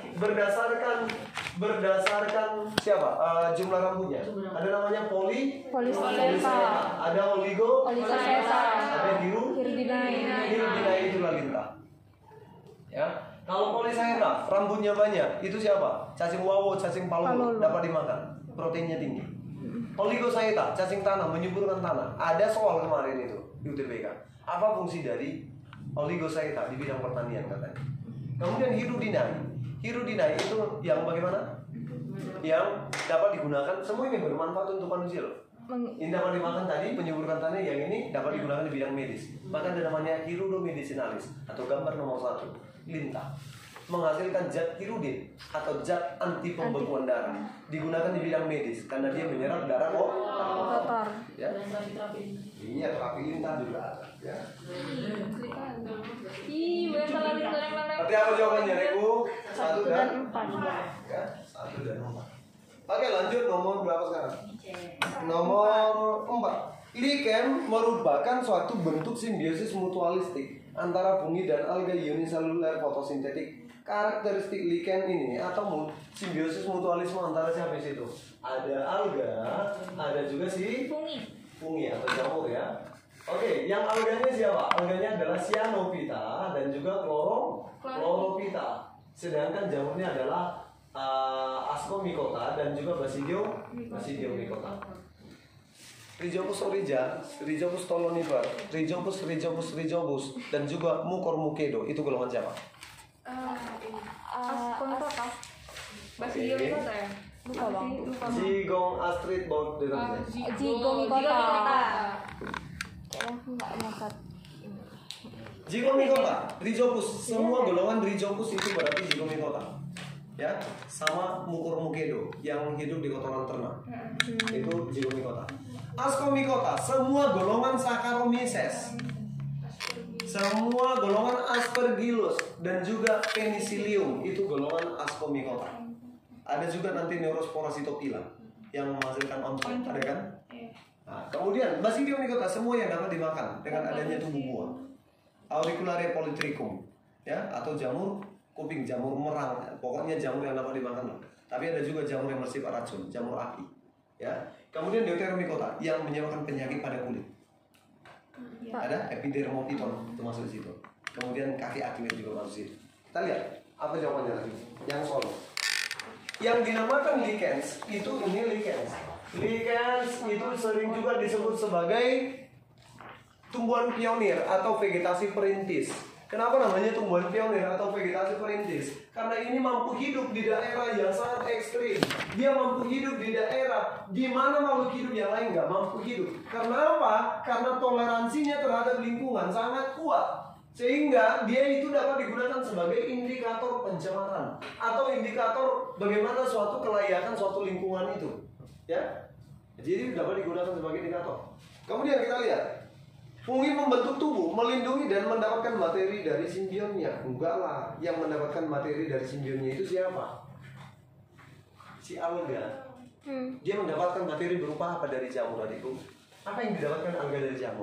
berdasarkan siapa? Jumlah rambutnya. Ada namanya Poliseta. ada oligo, Oligoseta. ada Hirudinea. itu lalintah. Ya. Kalau poliseta rambutnya banyak, itu siapa? Cacing wawo, cacing palulu, dapat dimakan. Proteinnya tinggi. Oligosaeta, cacing tanah, menyuburkan tanah. Ada soal kemarin itu di UTBK. Apa fungsi dari oligosaeta di bidang pertanian katanya? Kemudian hirudinea itu yang bagaimana? Yang dapat digunakan, semua ini bermanfaat untuk manusia loh. Ini dapat dimakan tadi, penyuburkan tanah, yang ini dapat digunakan di bidang medis. Bahkan ada namanya hirudomedicinalis atau gambar nomor 1, lintah. Menghasilkan zat hirudin atau zat anti pembekuan darah, digunakan di bidang medis karena dia menyerap darah Kotor. ya. Iya, terapi lintah juga ada ya. Ih, banyak salah yang mana? Berarti apa jawabannya, Rebu? 1 dan 4. ya, 1 dan 4. Oke, lanjut nomor berapa sekarang? Nomor 4. Lichen merupakan suatu bentuk simbiosis mutualistik antara fungi dan alga uniseluler fotosintetik. Karakteristik lichen ini atau simbiosis mutualisme antara siapa di situ? Ada alga, ada juga si fungi atau jamur ya. Oke, yang alganya siapa? Alganya adalah cyanophyta dan juga chlorophyta. Sedangkan jamurnya adalah Ascomycota dan juga Basidiomycota. Rhizopus oryza, Rhizopus stolonifer, Rhizopus, dan juga Mucormucedo. Itu golongan siapa? Ascomycota. Basidiomycota ya? Lupa bang. Zigong Astrid baut dengan Zigomycota. Kayaknya nggak nyatat. Zigomycota, Rhizopus. Semua golongan Rhizopus itu berarti Zigomycota. Ya, sama Mucormucedo yang hidup di kotoran ternak. Itu Zigomycota. Ascomycota, semua golongan Saccharomyces. Semua golongan Aspergillus dan juga Penicillium itu golongan Ascomycota. Ada juga nanti Neurospora Cytopila yang menghasilkan omset, ada kan? Nah, kemudian Basidiomycota semua yang dapat dimakan dengan adanya tubuh buah. Auricularia polytrichum, ya, atau jamur kuping, jamur merang, pokoknya jamur yang dapat dimakan. Tapi ada juga jamur yang bersifat racun, jamur api, ya. Kemudian Deuteromycota yang menyebabkan penyakit pada kulit. Ada epidermophyton itu masuk di situ. Kemudian kaki akilid juga masuk di situ. Kita lihat apa jawabannya lagi. Yang solo. Yang dinamakan lichens itu ini lichens. Lichens itu sering juga disebut sebagai tumbuhan pionir atau vegetasi perintis. Kenapa namanya tumbuhan pionir atau vegetasi perintis? Karena ini mampu hidup di daerah yang sangat ekstrim. Dia mampu hidup di daerah di mana makhluk hidup yang lain nggak mampu hidup. Karena apa? Karena toleransinya terhadap lingkungan sangat kuat. Sehingga dia itu dapat digunakan sebagai indikator pencemaran atau indikator bagaimana suatu kelayakan suatu lingkungan itu. Ya, jadi dapat digunakan sebagai indikator. Kemudian kita lihat. Fungi membentuk tubuh, melindungi dan mendapatkan materi dari simbionnya. Enggak lah, yang mendapatkan materi dari simbionnya itu siapa? Si alga. Dia mendapatkan materi berupa apa dari jamur adikku? Apa yang didapatkan alga dari jamur?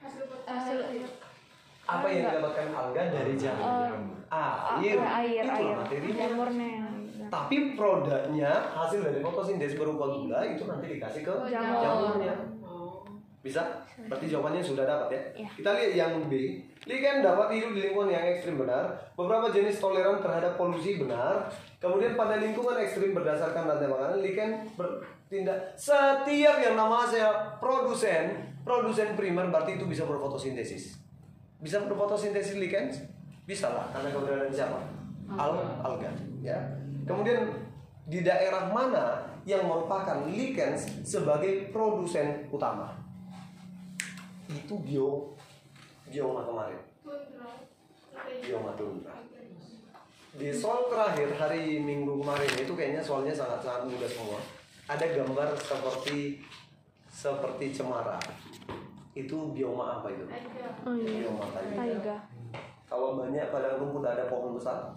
Apa yang didapatkan alga dari jamur? Air. Itulah materinya. Jamurnya. Tapi produknya hasil dari fotosintesis berupa gula itu nanti dikasih ke jamurnya. Bisa? Berarti jawabannya sudah dapat ya? Iya. Kita lihat yang B. Lichen dapat hidup di lingkungan yang ekstrim, benar. Beberapa jenis toleran terhadap polusi, benar. Kemudian pada lingkungan ekstrim berdasarkan rantai makanan, lichen bertindak. Setiap yang namanya produsen primer berarti itu bisa berfotosintesis. Bisa berfotosintesis lichen? Bisa lah, karena keberadaan siapa? Alga. Ya. Kemudian di daerah mana yang merupakan lichen sebagai produsen utama? Itu bioma kemarin. Bioma tundra. Di soal terakhir hari Minggu kemarin itu kayaknya soalnya sangat mudah semua. Ada gambar seperti cemara. Itu bioma apa itu? Oh iya. Bioma taiga. Taiga. Kalau banyak padang rumput ada pohon besar.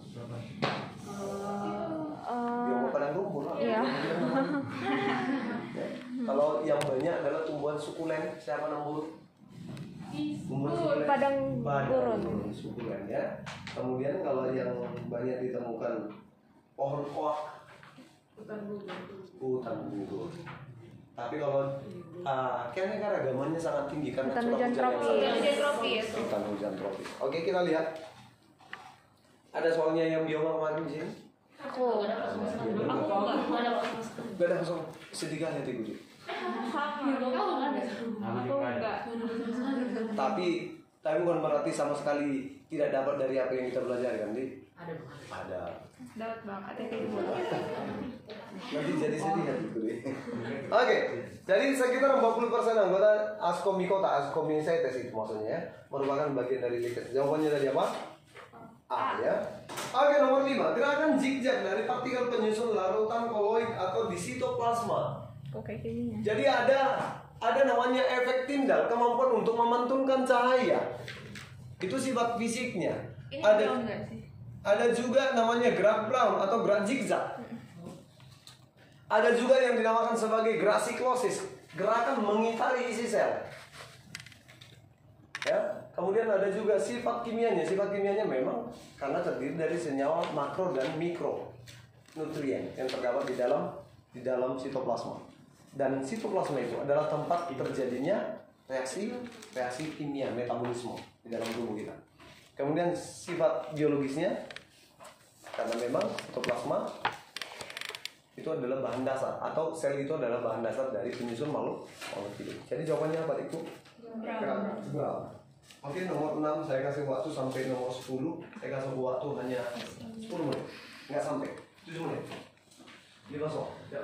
Bioma padang rumput lah. Iya. Ya. Kalau yang banyak adalah tumbuhan sukulen, siapa namanya? Tumbuhan sukulen. Padang gurun. Sukulen ya. Kemudian kalau yang banyak ditemukan pohon oak, hutan gugur. Tapi kalau kayaknya keragamannya sangat tinggi karena Hutan curah hujan hujan yang tropis. sangat- Hutan hujan tropis. Oke, kita lihat. Ada soalnya yang bioma kemarin di sini? Oh. Gak ada kosong. Sedikit aja tiga. Aku enggak. Tapi bukan berarti sama sekali tidak dapat dari apa yang kita pelajari kan, Di? Ada. Dapat banget ya kayak gitu. Nanti jadi sedih hati itu. Oke, jadi sekitar 40% anggota Ascomycota itu maksudnya ya, merupakan bagian dari lichen. Jawabannya tadi apa? A ya. Oke, nomor 5. Gerakan zigzag dari partikel penyusun larutan koloid atau di sitoplasma. Oke, kayaknya. Jadi ada namanya efek Tyndall, kemampuan untuk memantulkan cahaya. Itu sifat fisiknya. Ini Ada belum enggak sih? ada juga namanya gerak Brown atau gerak zigzag. Ada juga yang dinamakan sebagai gerak siklosis, gerakan mengitari isi sel. Ya, kemudian ada juga sifat kimianya. Sifat kimianya memang karena terdiri dari senyawa makro dan mikro nutrien yang terdapat di dalam sitoplasma. Dan sitoplasma itu adalah tempat terjadinya reaksi kimia, metabolisme di dalam tubuh kita. Kemudian sifat biologisnya, karena memang sitoplasma itu adalah bahan dasar atau sel itu adalah bahan dasar dari penyusun makhluk hidup. Jadi jawabannya apa itu? Brown. Oke, nomor 6 saya kasih waktu sampai nomor 10. Saya kasih waktu hanya 10 menit. Enggak sampai 7 menit. Ini kosong. Ya.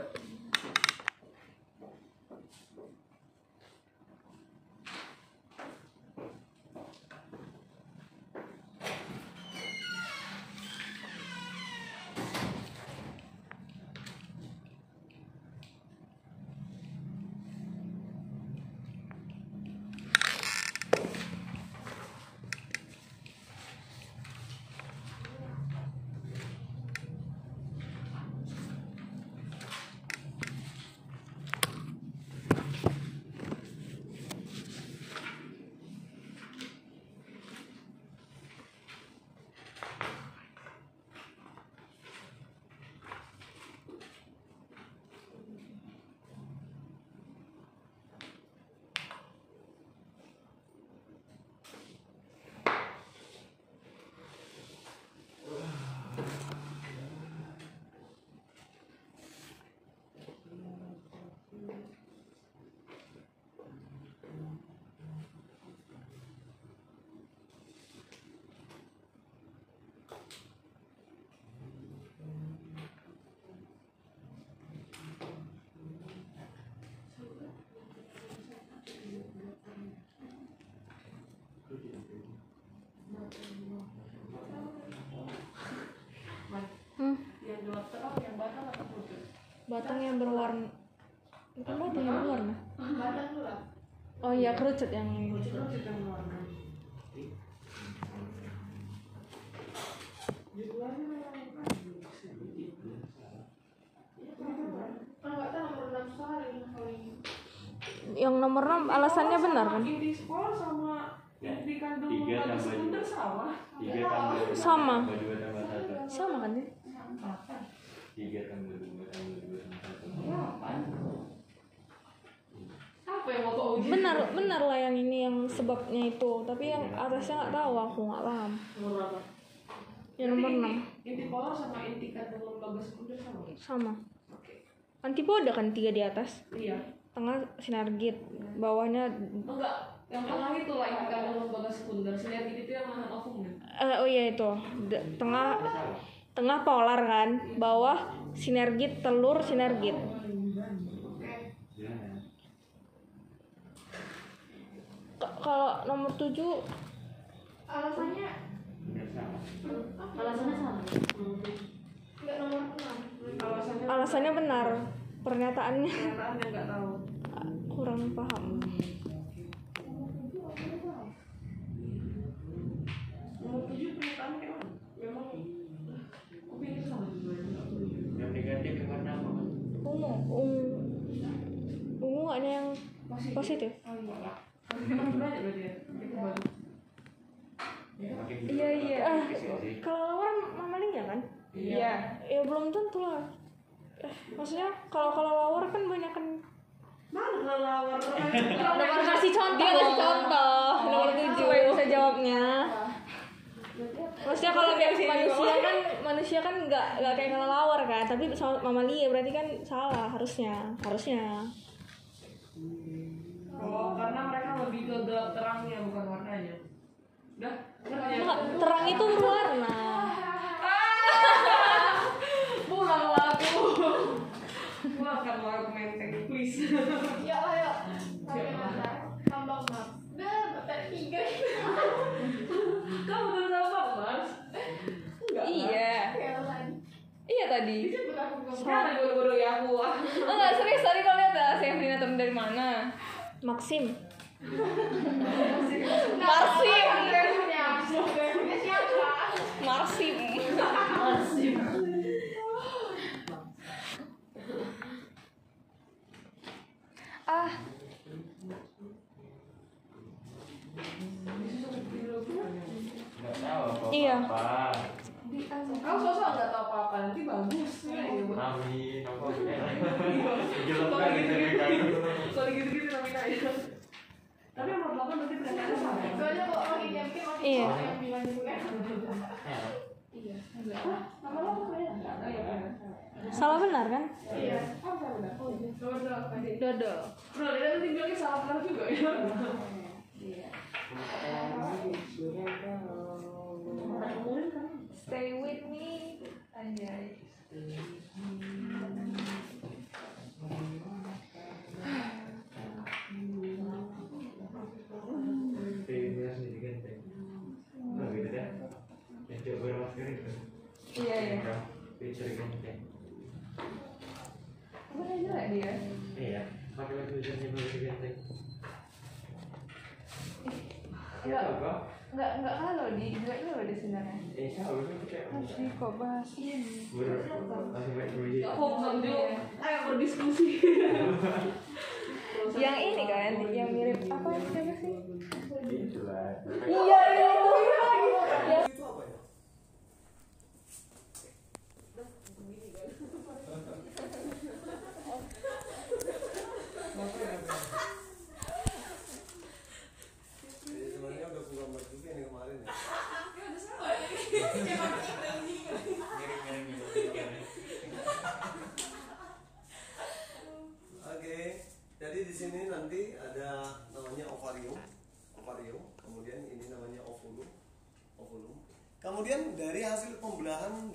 Batang yang berwarna. Bukan batang yang berwarna. Oh iya, kerucut yang ini. Yang nomor 6 alasannya benar kan? Di sekolah sama di kandung Tiga sebentar sama. Sama. 2 tambah 1. Sama kan ya? 3 tambah 2 tambah 2 tambah 1. Apa benar lah yang ini yang sebabnya itu, tapi yang atasnya nggak tahu, aku nggak paham. Yang nomor 6 inti polar sama inti kandungan lembaga sekunder sama. sama. Oke. Antipoda kan 3 di atas, Iya. tengah sinergit, bawahnya Enggak, yang tengah itu lah inti kandungan lembaga sekunder. Sinergit itu yang nahan ovum kan. oh iya itu tengah polar kan, bawah sinergit, telur sinergit. Kalau nomor 7 Alasannya sama. Enggak nomor 6. alasannya benar, pernyataannya Pernyataan yang enggak tahu. kurang paham. Nomor 7 pernyataan kayak mana? Memang kuping itu sama juga. Yang negatif yang warna apa? Ungu ada yang positif. Oh iya. Memang banyak berarti ya. Itu baru. Iya. Kalau lawar mamalia kan? Iya. Ya belum tentu lah. Maksudnya kalau lawar kan banyak kan. Mana kelelawar? Nomor kasih contoh. Dia kasih contoh. Nomor 7 supaya bisa jawabnya. Maksudnya kalau kayak manusia kan nggak kayak kelelawar kan, tapi soal mamalia berarti kan salah harusnya. Oh, karena mereka lebih ke gelap terangnya bukan warnanya. Udah, Enggak, terang itu berwarna. Pulanglah aku. Pulangkanlah aku menteng, please. Ya ayo. Tambah Mars. Dah, tak 3. Kamu udah sama Mars? Enggak. Iya. Iya tadi. Disebut aku ke Jangan bodoh-bodoh ya aku. Enggak, serius tadi kau lihat lah Sefrina turun dari mana? Maxim. Marsim. Siapa? Marsim. Ah, Nggak tahu apa. Iya. Kamu sosok nggak tahu apa-apa, nanti bagus. Amin. Apa? Jelaskan gitu kan. Kalau gitu-gitu namanya aja. Tapi nomor 8 berarti pernyataannya sama. Soalnya kok orang ini mungkin masih Iya. orang yang bilang gitu kan. Iya. Nama lo apa ya? Enggak tahu ya. salah benar kan? Iya. Apa udah? Oh iya. Nomor 8 deh. Dodol. Bro, dia nanti bilangnya salah benar juga ya. Iya. Stay with me. Anjay. Timnya sendiri kan. Nah, gitu deh. Yang coba bermasker itu. Iya. Picture ganteng. Apa aja dia? Iya. Pakai lagi tulisannya picture ganteng. Enggak. Tahu kok? Enggak kalau di sebenarnya. Tahu kan kita. Masih kok bahas ini. Langsung baik dulu. Ngomong dulu. Ayo berdiskusi. Yang ini kan, yang mirip apa siapa sih? Itulah. Iya. Itu apa ya? Sebenarnya udah gambar juga nih kemarin ya. Oke, jadi di sini nanti ada namanya ovarium, kemudian ini namanya ovulum. Kemudian dari hasil pembelahan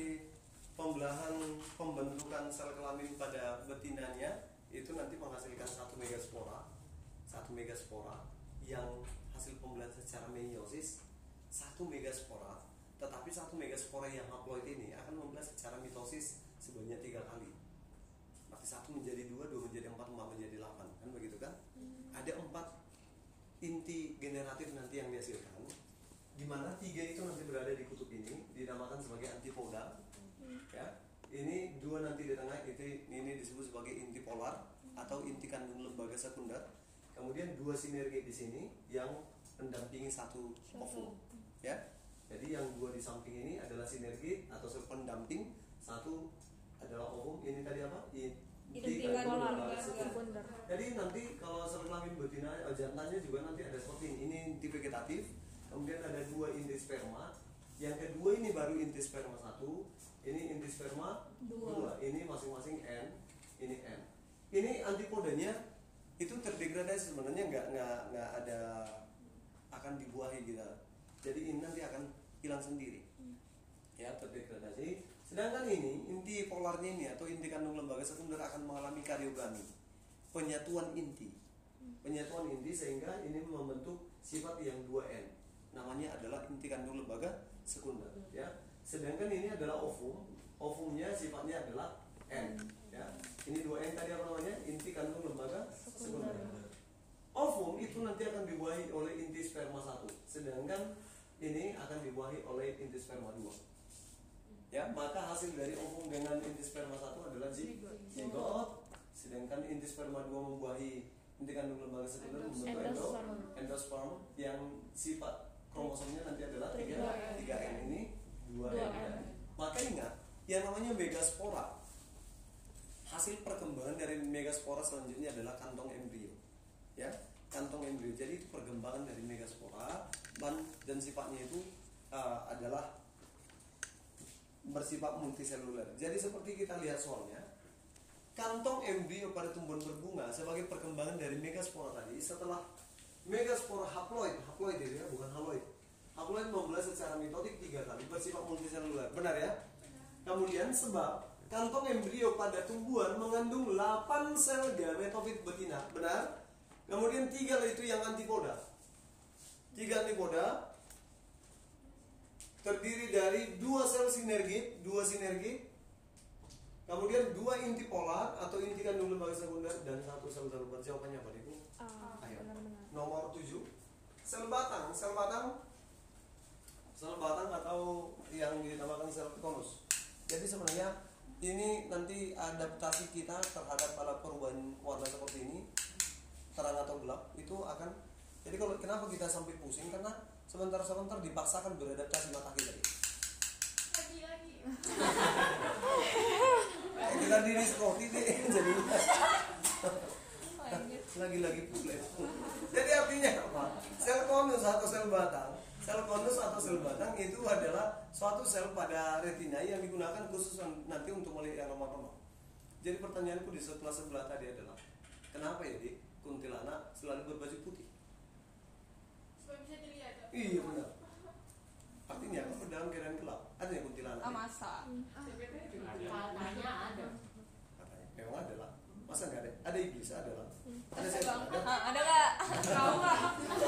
pembentukan sel kelamin pada betinanya itu nanti menghasilkan satu megaspora yang hasil pembelahan secara meiosis, satu megaspora. Tetapi satu megaspora yang haploid ini akan membelah secara mitosis sebanyak 3 kali. Berarti 1 menjadi 2, 2 menjadi 4, 4 menjadi 8, kan begitu kan? Ada 4 inti generatif nanti yang dihasilkan, di mana 3 itu nanti berada di kutub ini, dinamakan sebagai antipoda. Ya, ini 2 nanti di tengah, ini disebut sebagai inti polar atau inti kandung lembaga sekunder. Kemudian 2 sinergi di sini yang mendampingi satu ovum. Ya, jadi yang 2 di samping ini adalah sinergi atau pendamping, 1 adalah ovum. Ini tadi apa? Inti kandung polar lembaga sekunder. sekunder. Jadi nanti kalau sel kelamin betina jantannya juga nanti ada seperti ini. Ini inti vegetatif, kemudian ada 2 inti sperma. Yang kedua ini baru inti sperma 1, ini inti sperma 2. Ini masing-masing N, ini N. Ini antipodanya itu terdegradasi sebenarnya nggak ada akan dibuahi gitu. Jadi ini nanti akan hilang sendiri. Ya, terdegradasi. Sedangkan ini inti polarnya ini atau inti kandung lembaga sekunder akan mengalami kariogami, penyatuan inti sehingga ini membentuk sifat yang 2N, namanya adalah inti kandung lembaga sekunder. Ya, sedangkan ini adalah ovumnya sifatnya adalah N. Ya, ini 2N tadi apa namanya? Inti kandung lembaga sekunder. Ovum itu nanti akan dibuahi oleh inti sperma 1, sedangkan ini akan dibuahi oleh inti sperma 2. Ya, maka hasil dari ovum dengan inti sperma 1 adalah zigot, sedangkan inti sperma 2 membuahi inti kandung lembaga sekunder membentuk endosperm yang sifat kromosomnya nanti adalah 3N ini 2N. Maka ingat, yang namanya megaspora, hasil perkembangan dari megaspora selanjutnya adalah kantong embrio. Ya, kantong embrio. Jadi itu perkembangan dari megaspora dan sifatnya itu adalah bersifat multiseluler. Jadi seperti kita lihat soalnya, kantong embrio pada tumbuhan berbunga sebagai perkembangan dari megaspora tadi, setelah megaspora haploid itu ya, bukan haloid. Haploid membelah secara mitotik 3 kali, bersifat multiseluler. Benar ya? Kemudian sebab kantong embrio pada tumbuhan mengandung 8 sel gametofit betina. Benar? Kemudian 3 itu yang antipoda. 3 antipoda terdiri dari 2 sel sinergit, kemudian 2 inti polar atau inti kandung lembaga sekunder dan 1 sel terluar. Jawabannya apa Ibu? Ayo. Nomor 7. Sel batang atau yang dinamakan sel konus. Jadi sebenarnya ini nanti adaptasi kita terhadap pada perubahan warna seperti ini, terang atau gelap, itu akan. Jadi kalau kenapa kita sampai pusing, karena sebentar dipaksakan beradaptasi mata kita. Lagi. Kita diri seperti deh, jadi lagi pukul. Jadi artinya apa? Sel konus atau sel batang itu adalah suatu sel pada retina yang digunakan khusus nanti untuk melihat yang remang-remang. Jadi pertanyaanku di sebelah tadi adalah, kenapa ya di kuntilanak selalu berbaju putih? Supaya bisa dilihat. Iya benar. Artinya kalau dalam keadaan gelap ada yang kuntilanak. Masa. Katanya ada. Katanya memang ada lah. Masa nggak ada? Ada iblis, ada lah. Ada setan, ada. Ada nggak? Tahu nggak?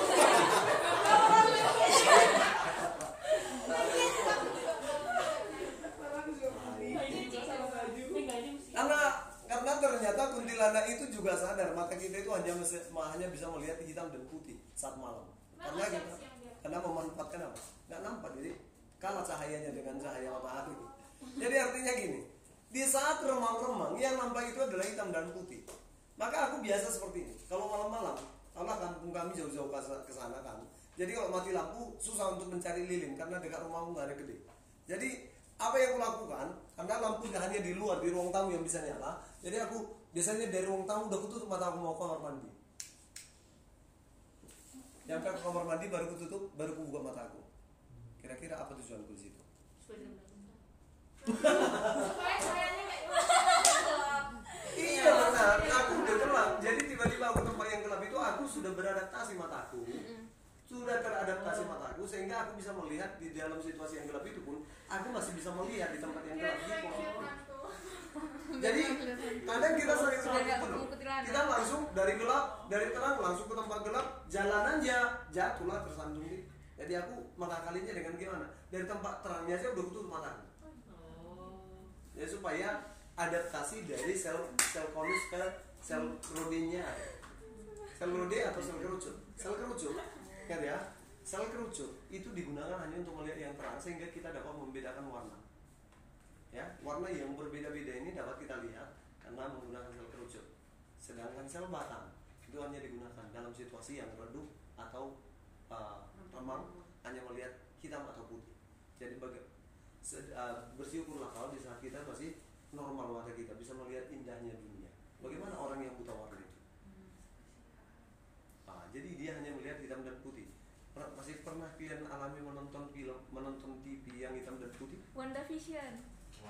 Karena ternyata kuntilanak itu juga sadar mata kita itu hanya bisa melihat hitam dan putih saat malam. Karena memanfaatkan apa? Nggak nampak, jadi kalah cahayanya dengan cahaya matahari. Jadi artinya gini, di saat remang-remang yang nampak itu adalah hitam dan putih. Maka aku biasa seperti ini. Kalau malam-malam, karena kampung kami jauh-jauh ke sana kan. Jadi kalau mati lampu susah untuk mencari lilin karena dekat rumahku nggak ada gede. Jadi apa yang aku lakukan? Karena lampu hanya di luar, di ruang tamu yang bisa nyala. Jadi aku biasanya dari ruang tamu udah kututup mata aku mau ke kamar mandi. Yang ke kamar mandi baru kututup, baru ku buka mataku. Kira-kira apa tujuanku di situ? Supaya cahayanya nggak Iya benar, aku udah gelap. Jadi tiba-tiba aku tempat yang gelap itu aku sudah beradaptasi mataku. Sudah teradaptasi mataku sehingga aku bisa melihat di dalam situasi yang gelap itu pun aku masih bisa melihat di tempat yang gelap. Jadi kadang kita sering seperti itu. Kita langsung dari gelap, dari terang langsung ke tempat gelap, jalan aja, jatuhlah tersandung gitu. Jadi aku mengakalinya dengan gimana? Dari tempat terangnya aja udah tutup mataku. Ya supaya adaptasi dari sel konus ke sel rodenya. Sel rode atau sel kerucut. Sel kerucut, kan ya? Sel kerucut itu digunakan hanya untuk melihat yang terang sehingga kita dapat membedakan warna. Ya, warna yang berbeda-beda ini dapat kita lihat karena menggunakan sel kerucut. Sedangkan sel batang itu hanya digunakan dalam situasi yang redup atau remang, hanya melihat hitam atau putih. Jadi bersyukurlah kalau di saat kita masih normal mata kita bisa melihat indahnya dunia. Bagaimana orang yang buta warna itu? Jadi dia hanya melihat hitam dan putih. Masih pernah kalian alami menonton film, menonton TV yang hitam dan putih? WandaVision.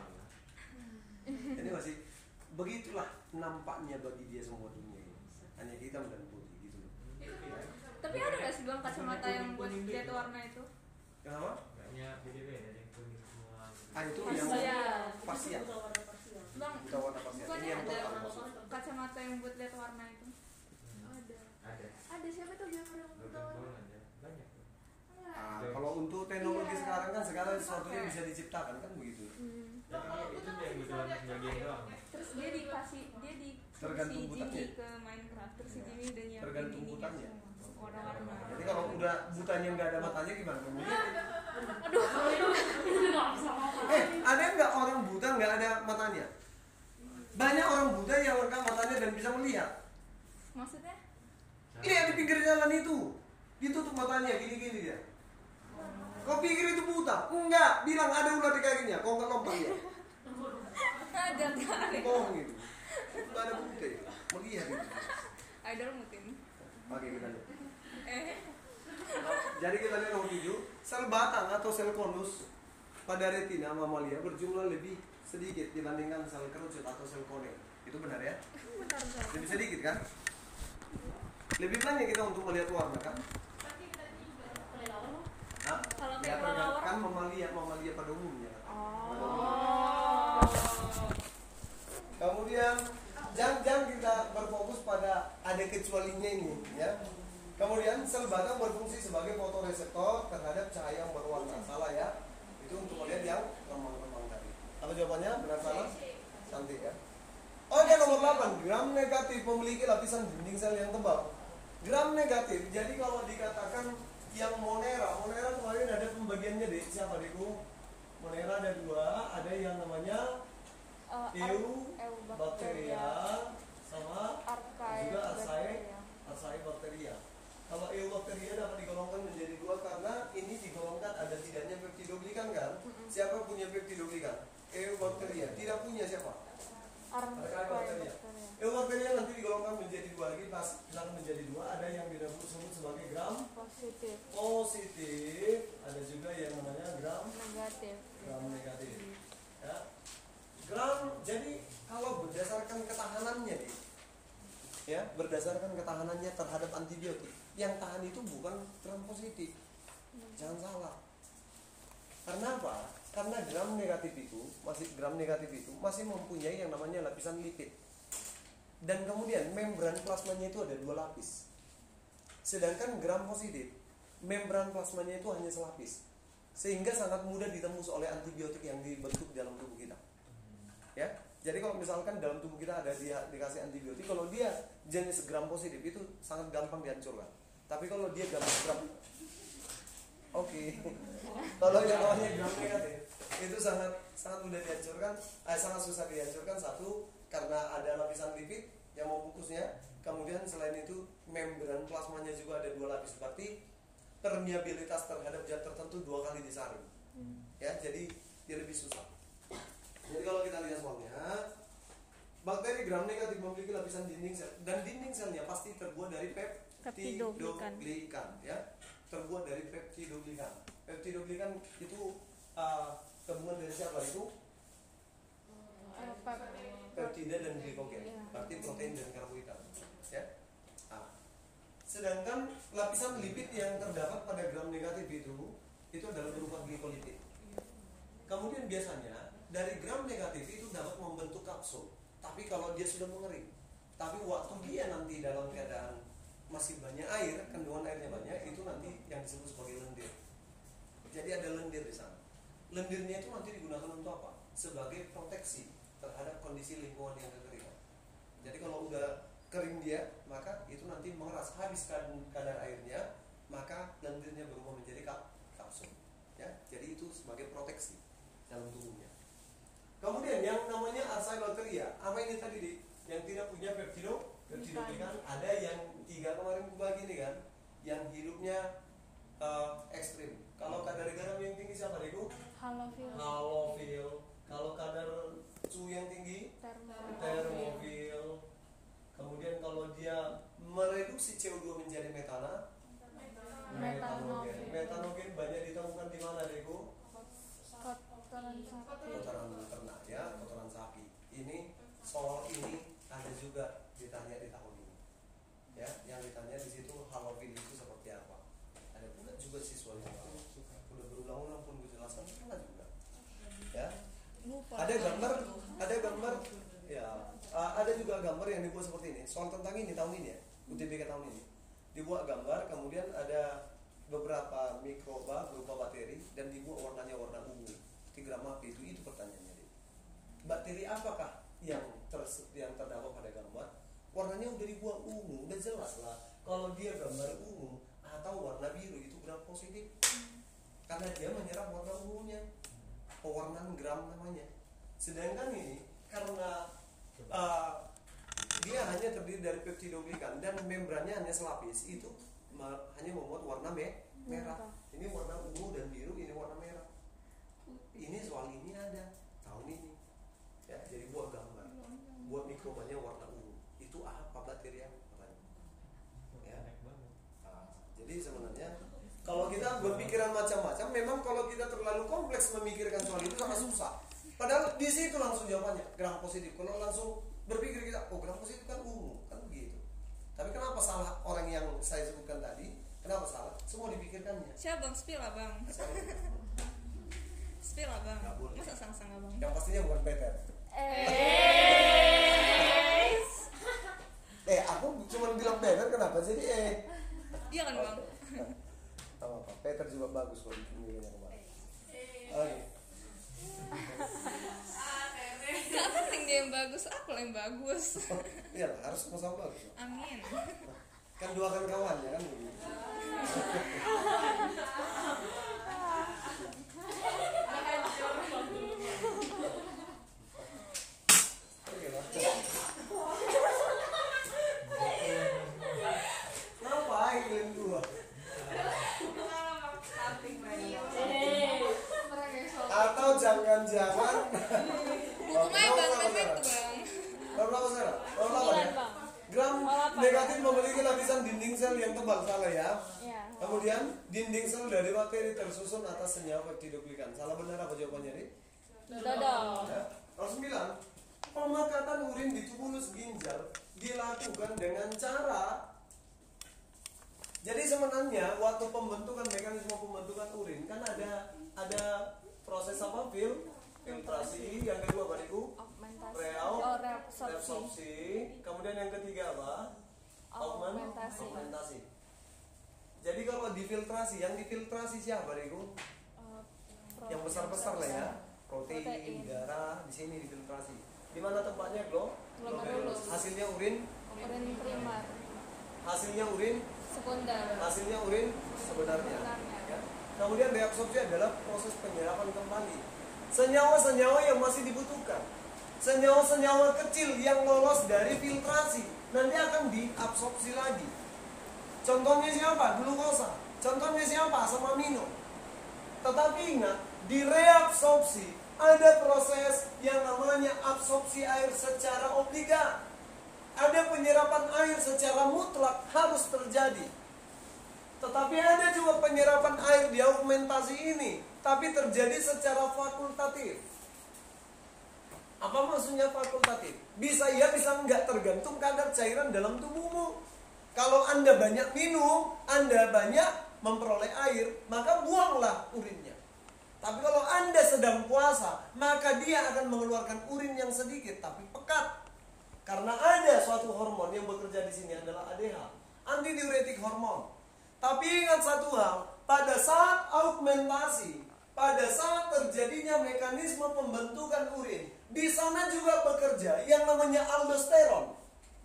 Ini masih begitulah nampaknya bagi dia semua dunia ini. Hanya hitam dan putih gitu loh. Tapi ada nggak sih bang kacamata yang buat lihat warna itu? Kenapa? Kayaknya beda-beda ada yang kuning semua. Itu Parsial. yang parsial. Bang, Buta warna parsial. Ini bukannya yang ada total maksudnya. kacamata yang buat lihat warna itu? Ada. Ada. Ada siapa tuh yang orang buta warna? Golongan ya. Banyak tuh. Kalau untuk teknologi Iya. sekarang kan segala sesuatu yang Oke. bisa diciptakan kan begitu. Tapi itu dia yang butuh sebagian doang. Terus dia dikasih Tergantung si butannya. Jimmy ke Minecraft. Terus si Jimmy udah nyiapin Tergantung ininya butannya. semua, warna-warna. Jadi kalau udah butanya nggak ada matanya gimana? Kemudian Itu nggak bisa apa. ada nggak orang buta nggak ada matanya? Banyak orang buta yang lengkap matanya dan bisa melihat. Maksudnya? Iya di pinggir jalan itu ditutup matanya gini-gini dia. Kau pikir itu buta? Enggak, bilang ada ular di kakinya. Kau nggak lompat dia. Ada tarik. Bohong itu. Nggak ada bukti. Melihat itu. Idol mutin. Oke kita lihat. Eh, Jadi kita lihat nomor 7, sel batang atau sel konus pada retina mamalia berjumlah lebih sedikit dibandingkan sel kerucut atau sel kornea. Itu benar ya? bentar. Lebih sedikit kan? Lebih banyak kita untuk melihat warna kan? Hah? Kalau Ya, kayak kelelawar? kan mamalia pada umumnya. Oh. Kemudian jangan kita berfokus pada ada kecualinya ini ya. Kemudian sel batang berfungsi sebagai fotoreseptor terhadap cahaya yang berwarna. Salah ya. Itu untuk melihat yang remang-remang tadi. Apa jawabannya? Benar salah? Cantik ya. Oke nomor 8, gram negatif memiliki lapisan dinding sel yang tebal. Gram negatif, jadi kalau dikatakan yang monera kemarin ada pembagiannya deh. Siapa Deku? Monera ada 2, ada yang namanya Eubacteria sama juga Archaebacteria. Kalau Eubacteria dapat digolongkan menjadi 2 karena ini digolongkan ada tidaknya peptidoglikan kan? Siapa punya peptidoglikan? Eubacteria. Tidak punya siapa? Archaebacteria. Eubacteria nanti digolongkan menjadi 2 lagi, pas bilang menjadi 2 ada yang disebut sebagai gram positif, ada juga yang namanya gram negatif. Ya. Gram, jadi kalau berdasarkan ketahanannya nih, ya berdasarkan ketahanannya terhadap antibiotik, yang tahan itu bukan gram positif, jangan salah. Karena apa? Karena gram negatif itu masih mempunyai yang namanya lapisan lipid, dan kemudian membran plasmanya itu ada 2 lapis. Sedangkan gram positif, membran plasmanya itu hanya selapis, sehingga sangat mudah ditembus oleh antibiotik yang dibentuk dalam tubuh kita. Ya, jadi kalau misalkan dalam tubuh kita ada dikasih antibiotik, kalau dia jenis gram positif itu sangat gampang dihancurkan. Tapi kalau dia gram kalau yang namanya gram negatif itu sangat mudah dihancurkan, sangat susah dihancurkan. Satu, karena ada lapisan lipid yang membungkusnya. Kemudian selain itu membran plasmanya juga ada 2 lapis, berarti permeabilitas terhadap zat tertentu 2 kali disaring. Ya, jadi dia lebih susah. Jadi kalau kita lihat soalnya, bakteri gram negatif memiliki lapisan dinding sel, dan dinding selnya pasti terbuat dari peptidoglikan, ya, terbuat dari peptidoglikan. Peptidoglikan itu gabungan dari siapa itu? Peptida dan glikogen, berarti protein dan karbohidrat, ya. Sedangkan lapisan lipid yang terdapat pada gram negatif itu adalah berupa glikolipid. Kemudian biasanya dari gram negatif itu dapat membentuk kapsul, tapi kalau dia sudah mengering. Tapi waktu dia nanti dalam keadaan masih banyak air, kandungan airnya banyak, itu nanti yang disebut sebagai lendir. Jadi ada lendir di sana. Lendirnya itu nanti digunakan untuk apa? Sebagai proteksi terhadap kondisi lingkungan yang kekeringan. Jadi kalau udah kering dia, maka itu nanti mengeras, habis kadar airnya, maka lendirnya berubah menjadi kapsul. Ya, jadi itu sebagai proteksi dalam tubuhnya. Kemudian yang namanya Archaebacteria, apa ini tadi yang tidak punya peptidoglikan, ada yang 3 kemarin bagi ini kan, yang hidupnya ekstrim. Kalau kadar garam yang tinggi siapa Deku? Halofil. Kalau kadar su yang tinggi, termofil. di mana adikku? Kotoran sapi. Kotoran ternak ya, kotoran sapi. Ini soal ini ada juga ditanya di tahun ini. Ya, yang ditanya di situ halofil itu seperti apa? Ada pula juga siswanya udah berulang-ulang pun gue jelaskan pernah juga. Ya. Ada gambar ya. Ada juga gambar yang dibuat seperti ini. Soal tentang ini tahun ini ya, UTBK tahun ini. Dibuat gambar, kemudian ada beberapa mikroba berupa bakteri dan dibuat warnanya warna ungu. 3 gram api itu pertanyaannya. Bakteri apakah yang terdapat pada gambar? Warnanya udah dibuat ungu, udah jelas lah. Kalau dia gambar ungu atau warna biru itu gram positif. Karena dia menyerap warna ungunya. Pewarnaan gram namanya. Sedangkan ini karena dia hanya terdiri dari peptidoglikan dan membrannya hanya selapis, itu hanya membuat warna merah. Ini warna ungu dan biru, ini warna merah. Ini soal ini ada tahun ini. Ya, jadi buat gambar, buat mikrobanya warna ungu. Itu apa bakteri apa? Ya. Jadi sebenarnya kalau kita berpikiran macam-macam, memang kalau kita terlalu kompleks memikirkan soal itu sangat susah. Padahal di situ langsung jawabannya, gram positif. Kalau langsung berpikir kita, oh gram positif kan ungu, kan begitu. Tapi kenapa salah orang yang saya sebutkan tadi? Kenapa salah? Semua dipikirkannya. Siapa bang? Spill lah bang. Spill lah bang. Masa sang-sang abang? Yang pastinya bukan Peter. Aku cuma bilang Peter, kenapa jadi Iya kan bang? Apa? Peter juga bagus kok bikinnya kemarin. Oke. Gak penting dia yang bagus, aku lah yang bagus. Iya lah, harus sama-sama bagus. Amin. Kan duakan kawannya kan begitu. Oke lah. Ngapain kalian dua? Atau jangan-jangan Hukumnya bang, berapa itu bang? berapa sekarang? Berapa ya? Gram negatif memiliki lapisan dinding sel yang tebal, salah ya? Iya. Kemudian dinding sel dari bakteri tersusun atas senyawa peptidoglikan. Salah benar apa jawabannya nih? Dodol. Ya. Nomor 9. Pemakatan urin di tubulus ginjal dilakukan dengan cara. Jadi sebenarnya waktu mekanisme pembentukan urin kan ada proses apa? Filtrasi. Yang kedua apa Ibu? Reabsorpsi. Kemudian yang ketiga apa? Augmentasi. Jadi kalau difiltrasi, yang difiltrasi siapa Ibu? Yang besar-besar lah ya. Protein, darah, di sini difiltrasi. Di mana tempatnya glomerulus? Hasilnya urin primer. Hasilnya urin Sekunder. Hasilnya urin sebenarnya. Ya. Kemudian reabsorpsi adalah proses penyerapan kembali senyawa-senyawa yang masih dibutuhkan. Senyawa-senyawa kecil yang lolos dari filtrasi nanti akan diabsorpsi lagi. Contohnya siapa? Glukosa. Contohnya siapa? Asam amino. Tetapi ingat, di reabsorpsi ada proses yang namanya absorpsi air secara obligat. Ada penyerapan air secara mutlak harus terjadi. Tetapi ada juga penyerapan air di augmentasi ini, tapi terjadi secara fakultatif. Apa maksudnya fakultatif? Bisa iya, bisa enggak, tergantung kadar cairan dalam tubuhmu. Kalau Anda banyak minum, Anda banyak memperoleh air, maka buanglah urinnya. Tapi kalau Anda sedang puasa, maka dia akan mengeluarkan urin yang sedikit tapi pekat. Karena ada suatu hormon yang bekerja di sini adalah ADH, antidiuretik hormon. Tapi ingat satu hal, pada saat augmentasi, pada saat terjadinya mekanisme pembentukan urin, di sana juga bekerja yang namanya aldosteron.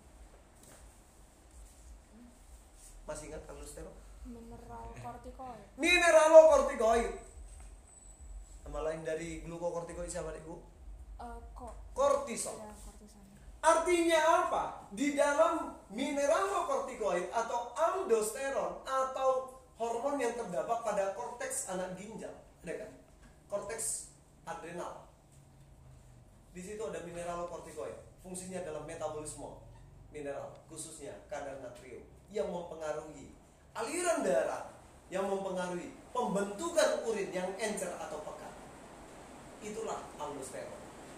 Masih ingat aldosteron? Mineralokortikoid. Nama lain dari glukokortikoid siapa Ibu? Kortisol. Artinya apa? Di dalam mineralokortikoid atau aldosteron atau hormon yang terdapat pada korteks anak ginjal, ada kan? Korteks adrenal. Di situ ada mineralokortikoid. Fungsinya dalam metabolisme mineral, khususnya kadar natrium yang mempengaruhi aliran darah, yang mempengaruhi pembentukan urin yang encer atau pekat. Itulah aldosteron.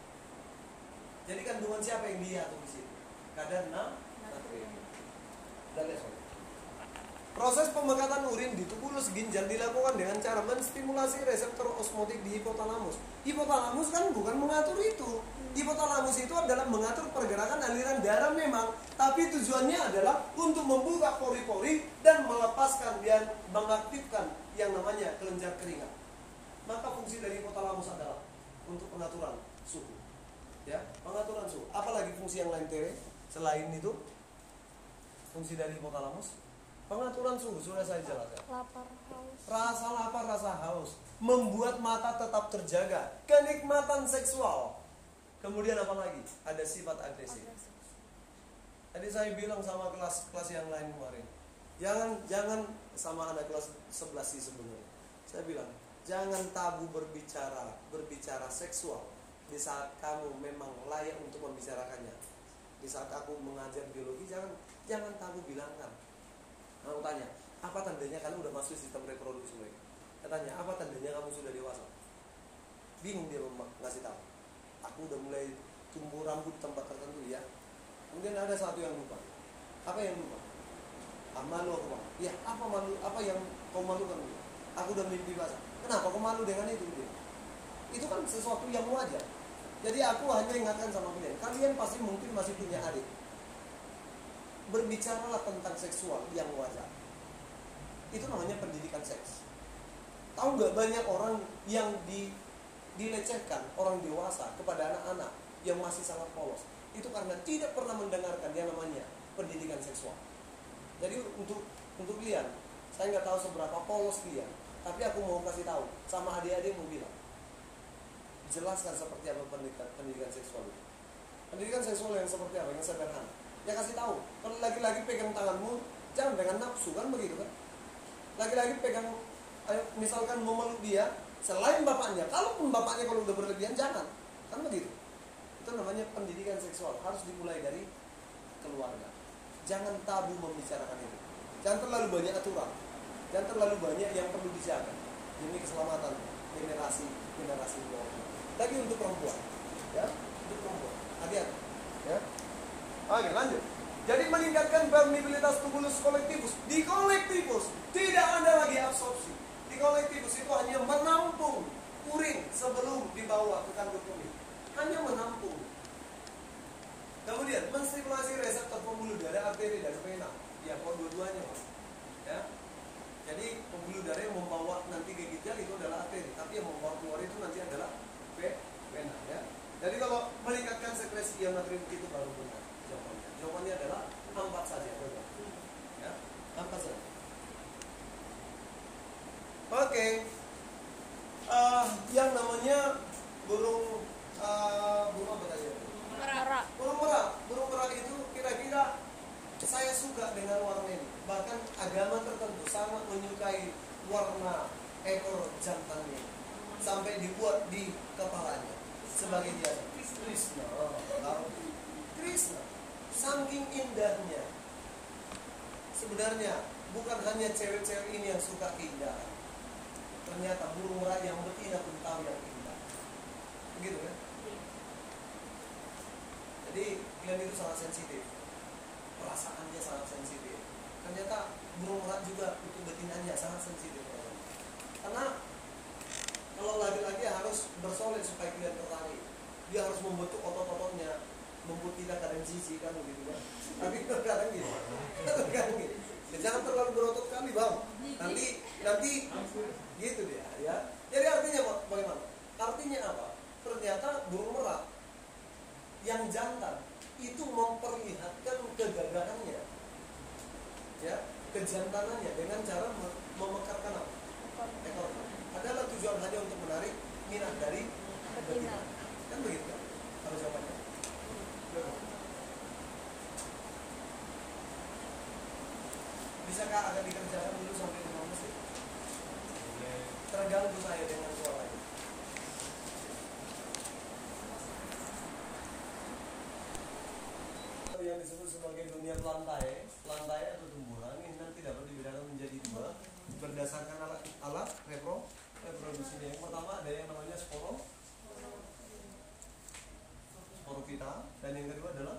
Jadi kandungan siapa yang diatur di situ? Kadar natrium. Dan lihat soalnya. Proses pemekatan urin di tubulus ginjal dilakukan dengan cara menstimulasi reseptor osmotik di hipotalamus. Hipotalamus kan bukan mengatur itu. Hipotalamus itu adalah mengatur pergerakan aliran darah memang, tapi tujuannya adalah untuk membuka pori-pori dan melepaskan dan mengaktifkan yang namanya kelenjar keringat. Maka fungsi dari hipotalamus adalah untuk pengaturan suhu. Ya, pengaturan suhu. Apalagi fungsi yang lain Tere? Selain itu, fungsi dari hipotalamus pengaturan suhu sudah saya jelaskan. Lapar, haus. Rasa lapar, rasa haus, membuat mata tetap terjaga, kenikmatan seksual. Kemudian apa lagi? Ada sifat agresif. Tadi saya bilang sama kelas yang lain kemarin, jangan sama anak kelas 11 sih sebenarnya. Saya bilang, jangan tabu berbicara seksual di saat kamu memang layak untuk membicarakannya. Di saat aku mengajar biologi, jangan tabu bilangkan. Aku tanya, apa tandanya kamu udah masuk sistem reproduksi mereka? Katanya, apa tandanya kamu sudah dewasa? Bingung dia ngasih tahu. Aku udah mulai tumbuh rambut di tempat tertentu ya. Kemudian ada satu yang lupa. Apa yang lupa? Malu aku bang. Ya, apa malu? Apa yang kau malukan? Aku udah mimpi basah. Kenapa kau malu dengan itu? Itu kan sesuatu yang wajar. Jadi aku hanya ingatkan sama kalian pasti mungkin masih punya adik. Berbicaralah tentang seksual yang wajar. Itu namanya pendidikan seks. Tahu nggak banyak orang yang dilecehkan orang dewasa kepada anak-anak yang masih sangat polos. Itu karena tidak pernah mendengarkan yang namanya pendidikan seksual. Jadi untuk kalian, saya nggak tahu seberapa polos kalian, tapi aku mau kasih tahu sama adik-adik mau bilang, jelaskan seperti apa pendidikan seksual itu. Pendidikan seksual yang seperti apa? Yang sederhana. Ya kasih tahu, kalau lagi-lagi pegang tanganmu, jangan dengan nafsu, kan begitu kan? Lagi-lagi pegang, misalkan memeluk dia, selain bapaknya, kalaupun bapaknya kalau udah berlebihan, jangan, kan begitu. Itu namanya pendidikan seksual, harus dimulai dari keluarga. Jangan tabu membicarakan itu. Jangan terlalu banyak aturan, jangan terlalu banyak yang perlu dijaga demi keselamatan generasi bawah. Lagi untuk perempuan, ya, untuk perempuan, hati-hati, ya. Oke, lanjut. Jadi meningkatkan permeabilitas tubulus kolektivus. Di kolektivus tidak ada lagi absorpsi. Di kolektivus itu hanya menampung urin sebelum dibawa ke kandung kemih. Hanya menampung. Kemudian menstimulasi reseptor pembuluh darah, arteri dan vena. Ya, kalau dua-duanya, Mas. Ya. Jadi pembuluh darah yang membawa nanti ke ginjal itu adalah arteri, tapi yang membawa keluar itu nanti adalah vena, ya. Jadi kalau meningkatkan sekresi ion natrium itu baru benar. Jawabannya adalah 4 saja, ya, 4 saja. Oke. Yang namanya burung apa tadi? Merak. Burung merak itu kira-kira saya suka dengan warna ini. Bahkan agama tertentu sangat menyukai warna ekor jantannya, sampai dibuat di kepalanya sebagai hiasan. Krishna. Saking indahnya. Sebenarnya bukan hanya cewek-cewek ini yang suka keindahan. Ternyata burung merak yang betina pun tahu yang indah. Begitu kan? Jadi kalian itu sangat sensitif. Perasaannya sangat sensitif. Ternyata burung merak juga itu betinanya sangat sensitif. Karena kalau laki-laki harus bersolid supaya kalian tertarik. Dia harus membentuk otot-ototnya, membuat tidak kadang jijik kan begitu kan. Tapi kadang gitu. Jangan terlalu berotot kali bang. Nanti gitu dia ya. Jadi artinya bagaimana? Artinya apa? Ternyata burung merak yang jantan itu memperlihatkan kegagahannya, ya, kejantanannya dengan cara memekarkan apa? Ekor. Adalah tujuan hanya untuk menarik minat dari betina. Kan begitu kan? Kalau jawabannya. Bisakah agak dikerjakan dulu sampai 5 menit? Terganggu saya dengan suara ini. Yang disebut sebagai dunia pelantai atau tumbuhan ini nanti dapat dibedakan menjadi 2. berdasarkan alat reproduksinya. Yang pertama ada yang namanya sporopita, dan yang kedua adalah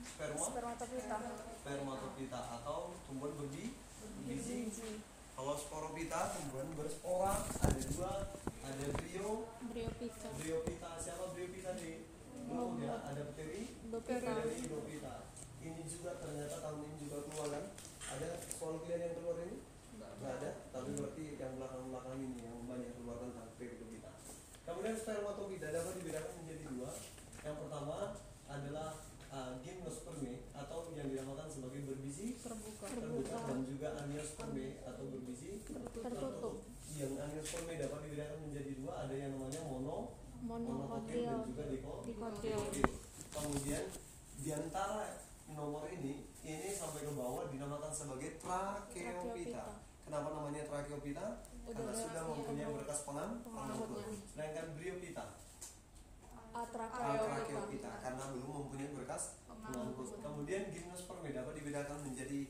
spermatopita atau tumbuhan berbiji. Kalau sporopita tumbuhan berspora, ada dua, ada bryopita. Siapa bryopita di? Ya, ada Pteridopita. Ini juga ternyata tahun ini juga keluar kan? Ada soal kalian yang keluar ini? Nggak ada, tapi berarti yang belakang ini yang banyak keluar tentang Pteridopita. Kemudian spermatopita dapat dibedakan menjadi dua. Yang pertama adalah gymnosperme atau yang dinamakan sebagai berbiji terbuka, dan juga angiosperme atau berbiji tertutup. Yang angiosperme dapat dibedakan menjadi dua, ada yang namanya monokotil dan juga dikotil. Kemudian diantara nomor ini sampai ke bawah dinamakan sebagai tracheopita. Kenapa namanya tracheopita? Karena sudah mempunyai berkas pengangkut. Sedangkan bryopita tracheopita karena belum mempunyai berkas pengangkut. Kemudian gymnosperme dapat dibedakan menjadi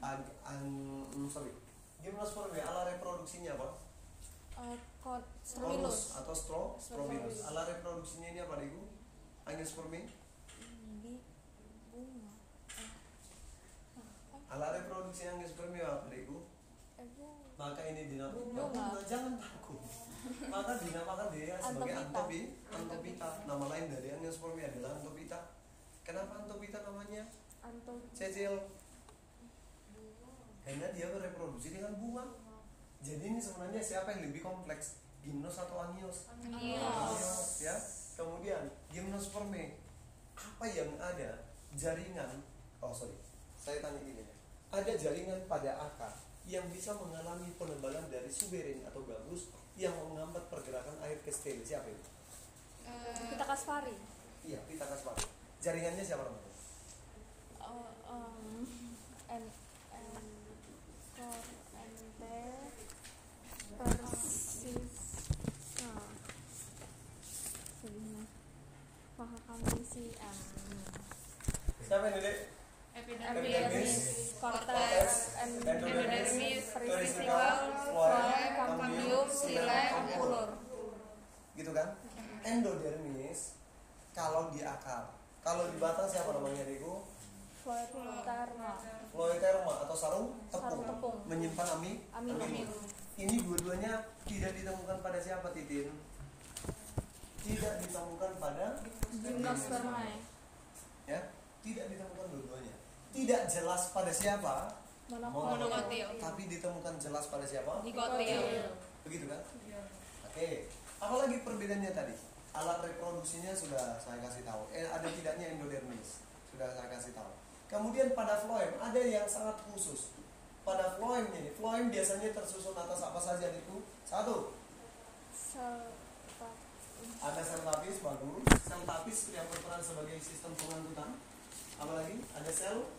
gymnosperme ala reproduksinya apa? Strobylus atau Strobylus. Ala reproduksinya ini apa, Ibu? Angiosperme? Ala reproduksi angiosperme apa, Ibu? Maka ini dinamakan, jangan takut. Maka dinamakan dia sebagai Anthopita. Nama lain dari angiosperme adalah Anthopita. Kenapa Anthopita namanya? Cecil. Karena dia bereproduksi dengan bunga. Jadi ini sebenarnya siapa yang lebih kompleks? Gymnos atau Angios? Angios, ya. Kemudian gymnosperme, apa yang ada? Jaringan. Saya tanya gini ya. Ada jaringan pada akar yang bisa mengalami penebalan dari suberin atau gabus yang menghambat pergerakan air ke stem. Siapa itu? Pita Caspari. Iya, Pita Caspari. Jaringannya siapa namanya? Siapa ini, Dek? Epidermis, cortex, endodermis, peristical, phloem, cambium, xilem, ampullus. Gitu kan? Endodermis kalau di akar. Kalau di batang siapa namanya, Deko? Phloeterma atau sarung tepung. Menyimpan amin. Ini dua-duanya tidak ditemukan pada siapa, Titin? Tidak ditemukan pada gymnosperme. Ya, tidak ditemukan dua-duanya. Tidak jelas pada siapa? Monokotil. Tapi ditemukan jelas pada siapa? Dikotil. Begitu kan? Oke. Apalagi perbedaannya tadi? Alat reproduksinya sudah saya kasih tahu. Ada tidaknya endodermis sudah saya kasih tahu. Kemudian pada phloem ada yang sangat khusus. Pada phloem ini, phloem biasanya tersusun atas apa saja itu? Satu. Ada sel tapis, bagus. Sel tapis yang berperan sebagai sistem pengangkutan. Apalagi ada sel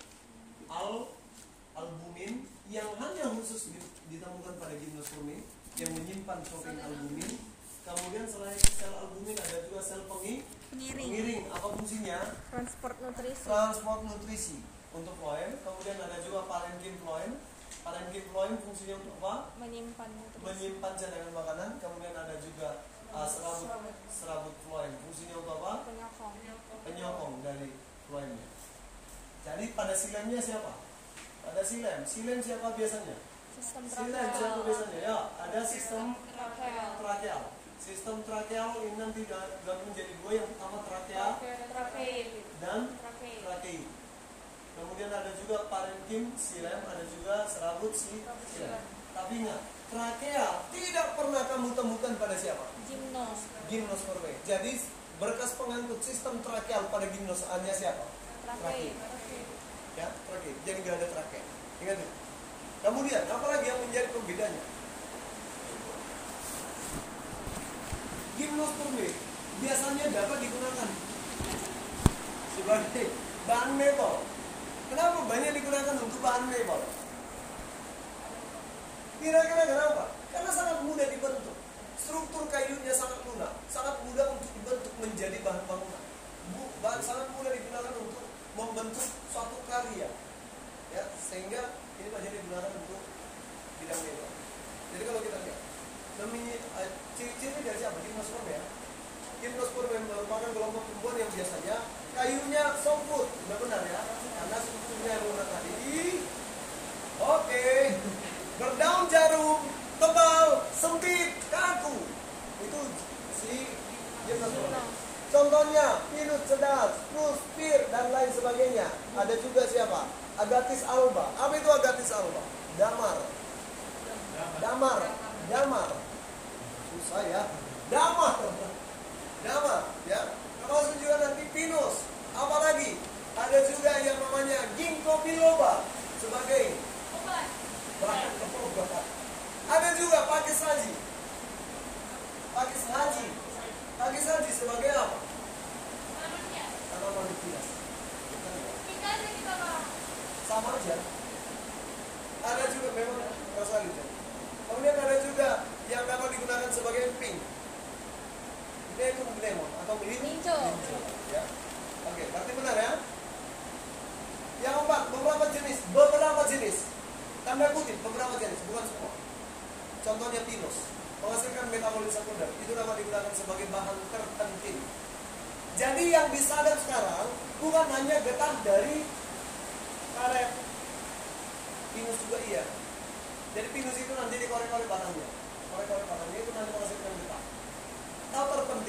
albumin yang hanya khusus ditemukan pada gymnosperme yang menyimpan protein albumin. Kemudian selain sel albumin ada juga sel pengiring. Apa fungsinya? Transport nutrisi untuk phloem. Kemudian ada juga parenkim phloem. Parenkim phloem fungsinya untuk apa? Menyimpan cadangan makanan. Kemudian ada juga serabut phloem. Fungsinya untuk apa? Penyokong dari phloemnya. Jadi pada silemnya siapa? Pada silem siapa biasanya? Silem siapa biasanya? Ya, ada sistem trakeal. Sistem trakeal ini nanti gabung menjadi dua, yang pertama trakeal dan trakeid. Kemudian ada juga parenkim silem, ada juga serabut silem. Tapi ingat, trakeal tidak pernah kamu temukan pada siapa? Gymnosperme. Jadi berkas pengangkut sistem trakeal pada gymnos hanya siapa? Trakeid. Ya, trakeid. Jadi nggak ada trakeal. Ingat itu. Kemudian apalagi yang menjadi perbedaannya? Gymnosperme biasanya dapat digunakan sebagai bahan mebel. Kenapa banyak digunakan untuk bahan mebel? Kira-kira kenapa? Karena sangat mudah dibentuk. Struktur kayunya sangat lunak, sangat mudah untuk dibentuk menjadi bahan bangunan. Sangat mudah digunakan untuk membentuk suatu karya. Ya, sehingga ini banyak digunakan untuk bidang mebel. gimnosperm ya. Gimnosperm merupakan kelompok tumbuhan yang biasanya kayunya softwood, benar ya, karena strukturnya yang lunak tadi. Oke, berdaun jarum, tebal, sempit, kaku. Itu si gimnosperm. Contohnya pinus cedas, spruce, fir, dan lain sebagainya. Ada juga siapa? Agathis alba. Apa itu Agathis alba? Damar. Susah ya. Damar ya. Termasuk juga nanti pinus. Apalagi ada juga yang namanya ginkgo biloba sebagai bahan obat. Ada juga pakis haji sebagai apa? Tanaman hias. Sama aja. Ada juga memang rasa gitu. Kemudian ada juga yang dapat digunakan sebagai emping. Itu lemon atau Minco. Ya. Oke, berarti benar ya. Yang keempat, beberapa jenis. Tanda kutip, beberapa jenis, bukan semua. Contohnya pinus, menghasilkan metabolit sekunder. Itu dapat digunakan sebagai bahan terpenting. Jadi yang disadap sekarang bukan hanya getah dari karet. Pinus juga iya. Jadi pinus itu nanti dikorek-korek batangnya. Korek-korek batangnya itu nanti menghasilkan getah. Tahu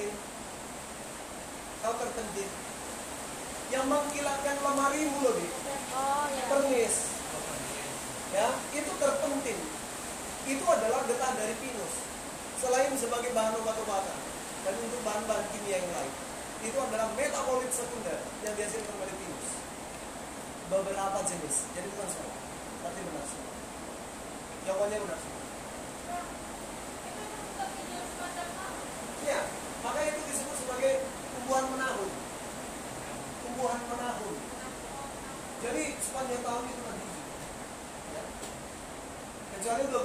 terpenting. Yang mengkilatkan lemarimu loh, Oh ya. pernis. Ya, itu terpenting. Itu adalah getah dari pinus. Selain sebagai bahan obat-obatan dan untuk bahan-bahan kimia yang lain, itu adalah metabolit sekunder yang dihasilkan oleh pinus. Beberapa jenis, jadi bukan semua, tapi benar semua. Jawabannya benar semua. Ya, maka itu disebut sebagai tumbuhan menahun. Jadi sepanjang tahun itu nanti hijau. Ya. Kecuali